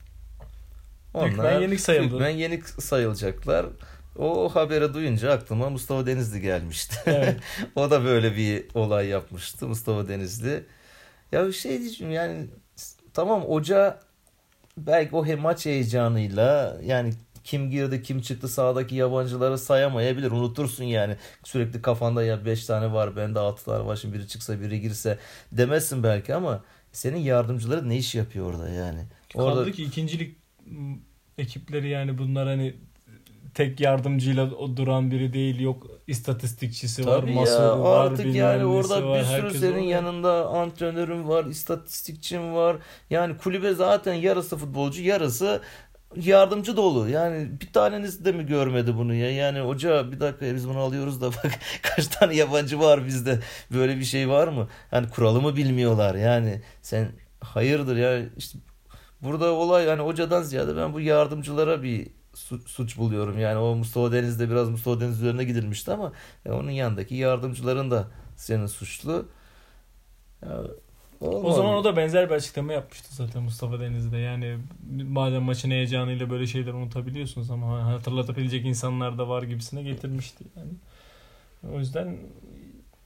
hükmen yenik sayıldı. Hükmen yenik sayılacaklar. O haberi duyunca aklıma Mustafa Denizli gelmişti. Evet. O da böyle bir olay yapmıştı, Mustafa Denizli. Ya bir şey diyeceğim yani, tamam hoca belki o maç heyecanıyla yani kim girdi kim çıktı sahadaki yabancıları sayamayabilir, unutursun yani. Sürekli kafanda ya 5 tane var bende 6 tane var, şimdi biri çıksa biri girse demezsin belki ama senin yardımcıları ne iş yapıyor orada yani. Kaldı ki ikincilik ekipleri yani bunlar hani tek yardımcıyla duran biri değil, yok istatistikçisi var, masörü var, artık yani orada var, bir sürü senin yanında antrenörün var, istatistikçin var. Yani kulübe zaten yarısı futbolcu, yarısı yardımcı dolu. Yani bir taneniz de mi görmedi bunu ya? Yani hoca bir dakika biz bunu alıyoruz da bak kaç tane yabancı var bizde. Böyle bir şey var mı? Yani kuralı mı bilmiyorlar? Yani sen hayırdır ya, işte burada olay yani hocadan ziyade ben bu yardımcılara bir suç buluyorum. Yani o Mustafa Deniz'de biraz Mustafa Deniz üzerine gidilmişti ama onun yanındaki yardımcıların da senin suçlu. Ya, o zaman o da benzer bir açıklama yapmıştı zaten Mustafa Deniz'de. Yani madem maçın heyecanıyla böyle şeyler unutabiliyorsunuz ama hatırlatabilecek insanlar da var gibisine getirmişti yani. O yüzden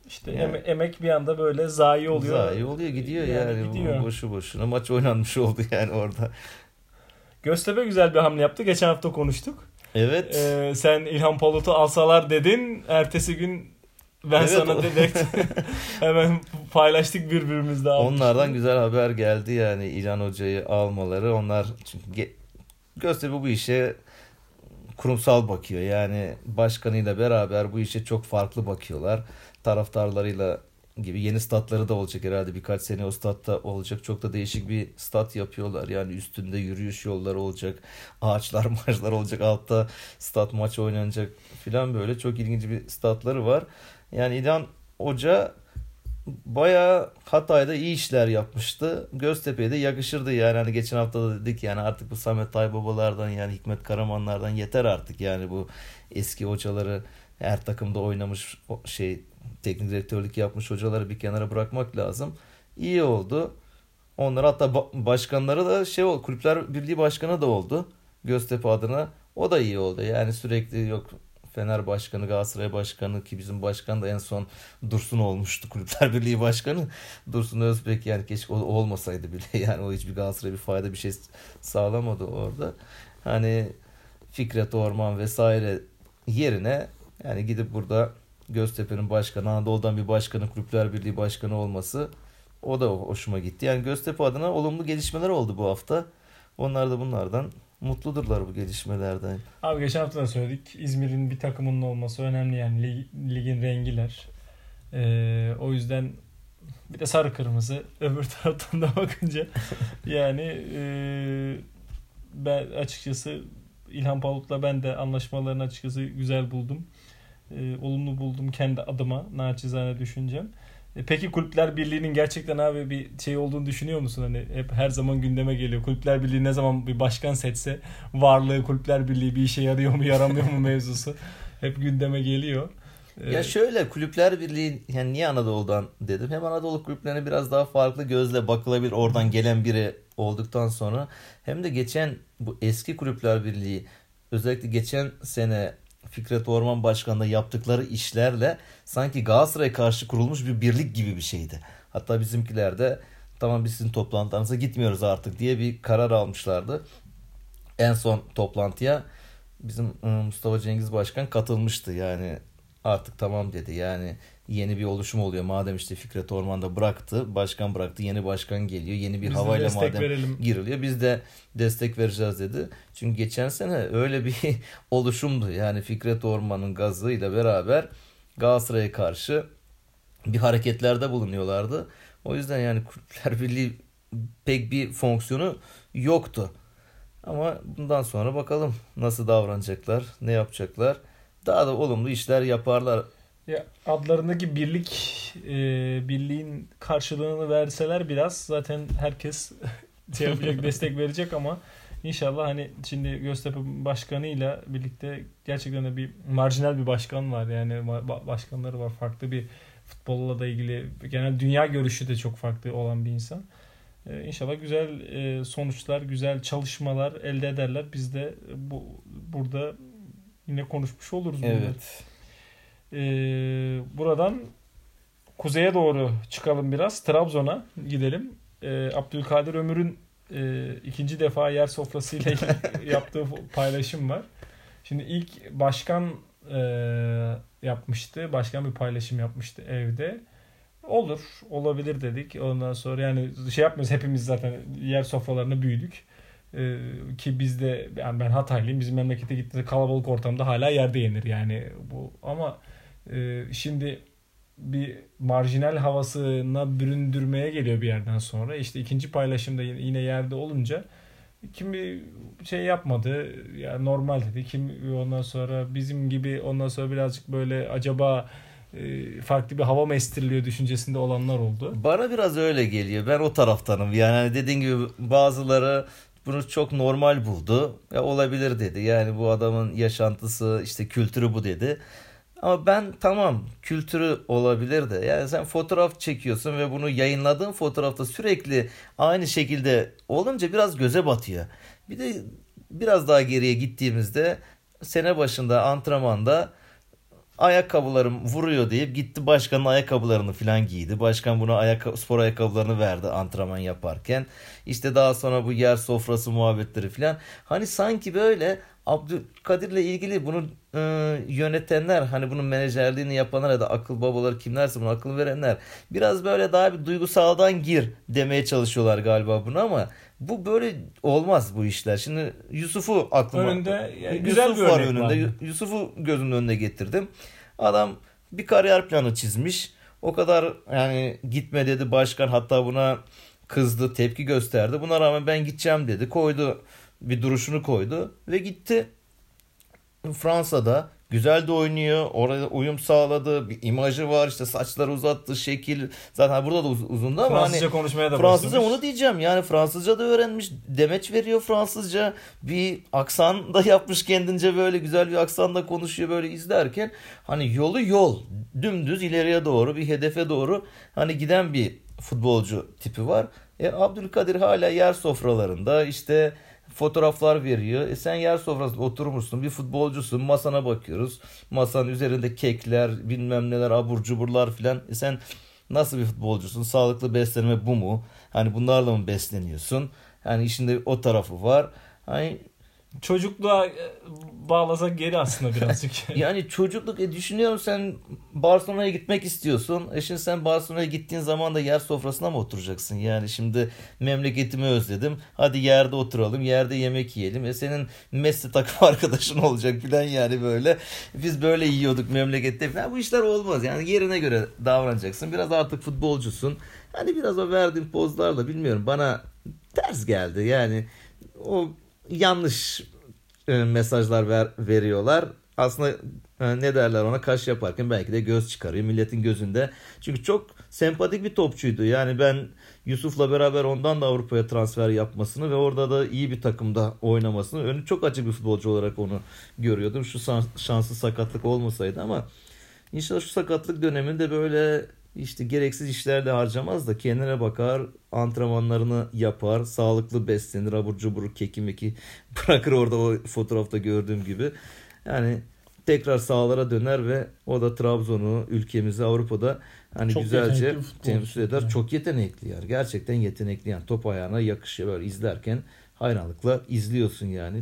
İşte Yani. emek bir anda böyle zayi oluyor. Zayi oluyor, gidiyor yani. Gidiyor. Boşu boşuna maç oynanmış oldu yani orada. Göztepe güzel bir hamle yaptı. Geçen hafta konuştuk. Evet. Sen İlhan Palut'u alsalar dedin. Ertesi gün ben Evet, sana direkt hemen paylaştık birbirimizle. Onlardan güzel haber geldi yani İlhan Hoca'yı almaları. Onlar çünkü Göztepe bu işe kurumsal bakıyor. Yani başkanıyla beraber bu işe çok farklı bakıyorlar. Taraftarlarıyla gibi yeni statları da olacak herhalde, birkaç sene o statta olacak. Çok da değişik bir stat yapıyorlar. Yani üstünde yürüyüş yolları olacak. Ağaçlar maçlar olacak. Altta stat maç oynanacak filan, böyle çok ilginç bir statları var. Yani İlhan Hoca bayağı Hatay'da iyi işler yapmıştı. Göztepe'ye de yakışırdı yani. Hani geçen hafta da dedik yani artık bu Samet Taybabalardan yani Hikmet Karamanlardan yeter artık yani, bu eski hocaları, her takımda oynamış teknik direktörlük yapmış hocaları bir kenara bırakmak lazım. İyi oldu. Onlar hatta başkanları da Kulüpler Birliği başkanı da oldu Göztepe adına. O da iyi oldu. Yani sürekli yok Fener Başkanı, Galatasaray Başkanı, ki bizim başkan da en son Dursun olmuştu Kulüpler Birliği Başkanı. Dursun Özbek, yani keşke o olmasaydı bile. Yani o hiçbir Galatasaray'a bir fayda, bir şey sağlamadı orada. Hani Fikret Orman vesaire yerine yani gidip burada Göztepe'nin başkanı, Anadolu'dan bir başkanın Kulüpler Birliği Başkanı olması, o da hoşuma gitti. Yani Göztepe adına olumlu gelişmeler oldu bu hafta. Onlar da bunlardan mutludurlar, bu gelişmelerden. Abi geçen hafta da söyledik. İzmir'in bir takımının olması önemli yani. Ligin rengiler. O yüzden bir de sarı kırmızı. Öbür taraftan da bakınca yani ben açıkçası İlhan Palut'la ben de anlaşmalarını açıkçası güzel buldum. Olumlu buldum kendi adıma. Naçizane düşüncem. Peki Kulüpler Birliği'nin gerçekten abi bir şey olduğunu düşünüyor musun? Hani hep her zaman gündeme geliyor. Kulüpler Birliği ne zaman bir başkan seçse varlığı Kulüpler Birliği bir işe yarıyor mu yaramıyor mu mevzusu hep gündeme geliyor. Ya şöyle, Kulüpler Birliği yani niye Anadolu'dan dedim. Hem Anadolu kulüplerine biraz daha farklı gözle bakılabilir oradan gelen biri olduktan sonra. Hem de geçen bu eski Kulüpler Birliği, özellikle geçen sene Fikret Orman Başkan'da yaptıkları işlerle sanki Galatasaray'a karşı kurulmuş bir birlik gibi bir şeydi. Hatta bizimkiler de tamam biz sizin toplantılarınıza gitmiyoruz artık diye bir karar almışlardı. En son toplantıya bizim Mustafa Cengiz Başkan katılmıştı. Yani artık tamam dedi. Yani yeni bir oluşum oluyor. Madem işte Fikret Orman da bıraktı, başkan bıraktı, yeni başkan geliyor. Yeni bir Biz havayla madem verelim, giriliyor, biz de destek vereceğiz dedi. Çünkü geçen sene öyle bir oluşumdu. Yani Fikret Orman'ın gazıyla beraber Galatasaray'a karşı bir hareketlerde bulunuyorlardı. O yüzden yani Kulüpler Birliği pek bir fonksiyonu yoktu. Ama bundan sonra bakalım nasıl davranacaklar, ne yapacaklar. Daha da olumlu işler yaparlar. Ya adlarındaki birliğin karşılığını verseler biraz zaten herkes şey yapacak, destek verecek ama inşallah hani şimdi Göztepe başkanıyla birlikte gerçekten de bir marjinal bir başkan var. Yani başkanları var. Farklı bir futbolla da ilgili genel dünya görüşü de çok farklı olan bir insan. İnşallah güzel sonuçlar, güzel çalışmalar elde ederler. Biz de burada yine konuşmuş oluruz bunları. Evet. Buradan kuzeye doğru çıkalım biraz. Trabzon'a gidelim. Abdülkadir Ömür'ün ikinci defa yer sofrasıyla yaptığı paylaşım var. Şimdi ilk başkan yapmıştı. Başkan bir paylaşım yapmıştı evde. Olabilir dedik. Ondan sonra yani şey yapmıyoruz. Hepimiz zaten yer sofralarına büyüdük. Ki bizde yani ben Hataylıyım. Bizim memlekete gittiğinde kalabalık ortamda hala yerde yenir yani bu. Ama şimdi bir marjinal havasına büründürmeye geliyor bir yerden sonra. İşte ikinci paylaşımda yine yerde olunca kimi şey yapmadı. Yani normal dedi. Kim ondan sonra bizim gibi ondan sonra birazcık böyle acaba farklı bir hava mı estiriliyor düşüncesinde olanlar oldu. Bana biraz öyle geliyor. Ben o taraftanım. Yani hani dediğin gibi bazıları bunu çok normal buldu. Ya olabilir dedi. Yani bu adamın yaşantısı, işte kültürü bu dedi. Ama ben tamam kültürü olabilir de. Yani sen fotoğraf çekiyorsun ve bunu yayınladığın fotoğrafta sürekli aynı şekilde olunca biraz göze batıyor. Bir de biraz daha geriye gittiğimizde sene başında antrenmanda ayakkabılarım vuruyor deyip gitti başkanın ayakkabılarını falan giydi. Başkan buna spor ayakkabılarını verdi antrenman yaparken. İşte daha sonra bu yer sofrası muhabbetleri falan. Hani sanki böyle Abdülkadir'le ilgili bunu yönetenler, hani bunun menajerliğini yapanlar ya da akıl babaları kimlerse buna akıl verenler biraz böyle daha bir duygusaldan gir demeye çalışıyorlar galiba bunu, ama bu böyle olmaz bu işler. Şimdi Yusuf'u aklıma Önünde yani güzel Yusuf bir var örnek önünde. var. Yusuf'u gözümün önüne getirdim. Adam bir kariyer planı çizmiş. O kadar yani gitme dedi başkan, hatta buna kızdı, tepki gösterdi. Buna rağmen ben gideceğim dedi. Koydu, bir duruşunu koydu ve gitti. Fransa'da güzel de oynuyor. Oraya uyum sağladı. Bir imajı var. İşte saçları uzattı, şekil. Zaten burada da uzundu ama Fransızca hani konuşmaya da Fransızca başlamış. onu diyeceğim. Yani Fransızca da öğrenmiş. Demeç veriyor Fransızca. Bir aksan da yapmış kendince, böyle güzel bir aksanla konuşuyor böyle izlerken. Hani yol. Dümdüz ileriye doğru, bir hedefe doğru hani giden bir futbolcu tipi var. Abdülkadir hala yer sofralarında işte fotoğraflar veriyor. Sen yer sofrasında oturmuşsun, bir futbolcusun, masana bakıyoruz. Masanın üzerinde kekler, bilmem neler, abur cuburlar filan. Sen nasıl bir futbolcusun? Sağlıklı beslenme bu mu? Hani bunlarla mı besleniyorsun? Hani işinde o tarafı var. Hani Çocukluğa bağlasak geri aslında birazcık. yani çocukluk, düşünüyorum sen Barcelona'ya gitmek istiyorsun. Şimdi sen Barcelona'ya gittiğin zaman da yer sofrasına mı oturacaksın? Yani şimdi memleketimi özledim. Hadi yerde oturalım, yerde yemek yiyelim. Senin Messi takım arkadaşın olacak filan yani böyle. Biz böyle yiyorduk memlekette falan. Bu işler olmaz. Yani yerine göre davranacaksın. Biraz artık futbolcusun. Hani biraz o verdiğin pozlarla bilmiyorum, bana ters geldi. Yani o yanlış mesajlar veriyorlar. Aslında ne derler ona, kaş yaparken belki de göz çıkarıyor milletin gözünde. Çünkü çok sempatik bir topçuydu. Yani ben Yusuf'la beraber ondan da Avrupa'ya transfer yapmasını ve orada da iyi bir takımda oynamasını, önü çok açık bir futbolcu olarak onu görüyordum. Şu şanslı sakatlık olmasaydı, ama İnşallah şu sakatlık döneminde böyle işte gereksiz işlerle harcamaz da kendine bakar, antrenmanlarını yapar, sağlıklı beslenir, abur cubur keki meki bırakır orada, o fotoğrafta gördüğüm gibi. Yani tekrar sahalara döner ve o da Trabzon'u, ülkemizi Avrupa'da hani Çok güzelce yetenekli bir futbolcu temsil eder. yani. Çok yetenekli yani. Gerçekten yetenekli yani. Top ayağına yakışıyor, böyle izlerken hayranlıkla izliyorsun yani.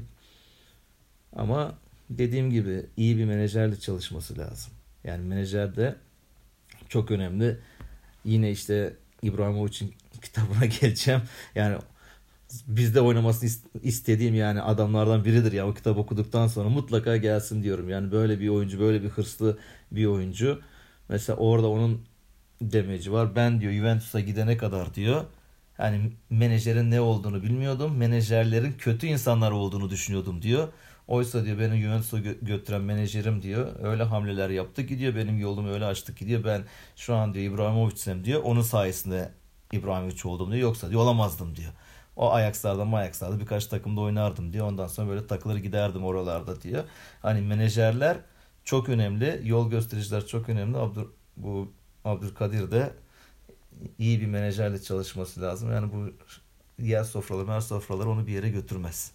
Ama dediğim gibi iyi bir menajerle çalışması lazım. Yani menajer de çok önemli. Yine işte İbrahimovic'in kitabına geleceğim. Yani bizde oynamasını istediğim yani adamlardan biridir ya, o kitap okuduktan sonra mutlaka gelsin diyorum. Yani böyle bir oyuncu, böyle bir hırslı bir oyuncu. Mesela orada onun demeci var. Ben diyor Juventus'a gidene kadar diyor, yani menajerin ne olduğunu bilmiyordum. Menajerlerin kötü insanlar olduğunu düşünüyordum diyor. Oysa diyor benim Juventus'a götüren menajerim diyor, öyle hamleler yaptı ki diyor, benim yolumu öyle açtı ki diyor, ben şu an diyor İbrahimovic'sem diyor, onun sayesinde İbrahimovic oldum diyor, yoksa diyor olamazdım diyor. O Ajax'larda birkaç takımda oynardım diyor. Ondan sonra böyle takılır giderdim oralarda diyor. Hani menajerler çok önemli, yol göstericiler çok önemli. Bu Abdülkadir de iyi bir menajerle çalışması lazım. Yani bu yer sofraları, mer sofraları onu bir yere götürmez.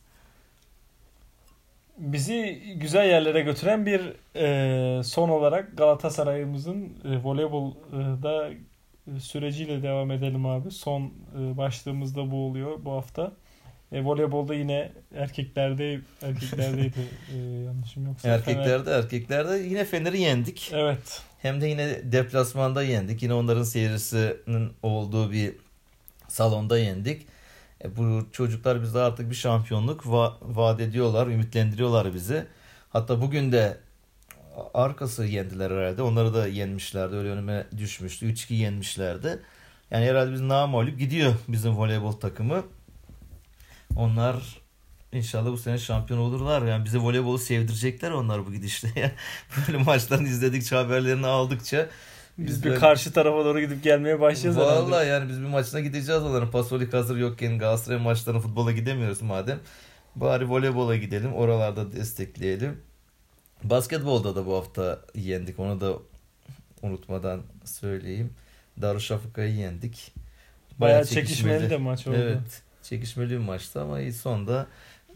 Bizi güzel yerlere götüren bir son olarak Galatasaray'ımızın voleybolda süreciyle devam edelim abi. Son başlığımız da bu oluyor bu hafta. Voleybolda yine erkeklerdeydi yanlışım yoksa. Erkeklerde yine Fener'i yendik. Evet. Hem de yine deplasmanda yendik. Yine onların seyircisinin olduğu bir salonda yendik. Bu çocuklar bize artık bir şampiyonluk vaat ediyorlar, ümitlendiriyorlar bizi. Hatta bugün de arkası yendiler herhalde. Onları da yenmişlerdi. Öyle önüme düşmüştü. 3-2 yenmişlerdi. Yani herhalde biz namağlup gidiyor bizim voleybol takımı. Onlar inşallah bu sene şampiyon olurlar. Yani bize voleybolu sevdirecekler onlar bu gidişle. Böyle maçlarını izledikçe, haberlerini aldıkça Biz bir karşı tarafa doğru gidip gelmeye başlayacağız herhalde. vallahi yani biz bir maçına gideceğiz onların. Pasolik hazır yokken Galatasaray maçlarına, futbola gidemiyoruz madem. Bari voleybola gidelim. Oralarda destekleyelim. Basketbolda da bu hafta yendik. Onu da unutmadan söyleyeyim. Darüşşafaka'yı yendik. Bayağı çekişmeli de maç oldu. Evet. Çekişmeli bir maçtı ama sonda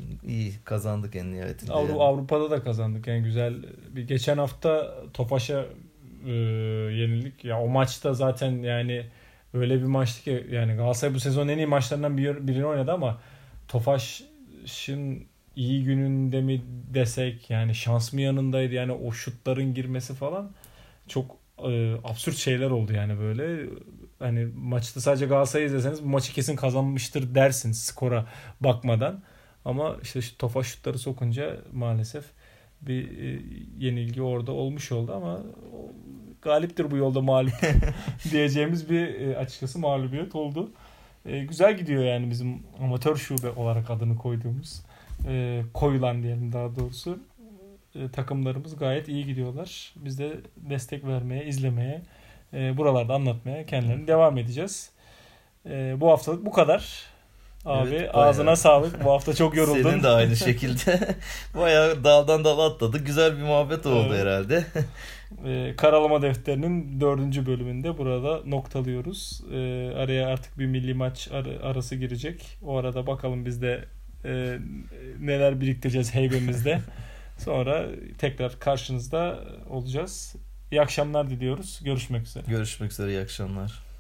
iyi kazandık en nihayetinde. Avrupa'da da kazandık. Yani güzel. Bir geçen hafta Tofaş'a yenildik. Ya o maçta zaten yani öyle bir maçtı ki yani Galatasaray bu sezon en iyi maçlarından birini oynadı ama Tofaş'ın iyi gününde mi desek yani şans mı yanındaydı yani o şutların girmesi falan çok absürt şeyler oldu yani böyle. Hani maçta sadece Galatasaray'ı izleseniz bu maçı kesin kazanmıştır dersiniz skora bakmadan. Ama işte şu Tofaş şutları sokunca maalesef bir yenilgi orada olmuş oldu ama galiptir bu yolda mağlup diyeceğimiz bir açıkçası mağlubiyet oldu. Güzel gidiyor yani bizim amatör şube olarak adını koyduğumuz koyulan diyelim daha doğrusu takımlarımız gayet iyi gidiyorlar. Biz de destek vermeye, izlemeye, buralarda anlatmaya kendilerini devam edeceğiz. Bu haftalık bu kadar. Abi Evet, ağzına sağlık. Bu hafta çok yoruldun. Senin de aynı şekilde. Bayağı daldan dala atladık. Güzel bir muhabbet oldu herhalde. Karalama Defteri'nin 4. bölümünde burada noktalıyoruz. Araya artık bir milli maç arası girecek. O arada bakalım biz de neler biriktireceğiz heybemizde. Sonra tekrar karşınızda olacağız. İyi akşamlar diliyoruz. Görüşmek üzere. Görüşmek üzere. İyi akşamlar.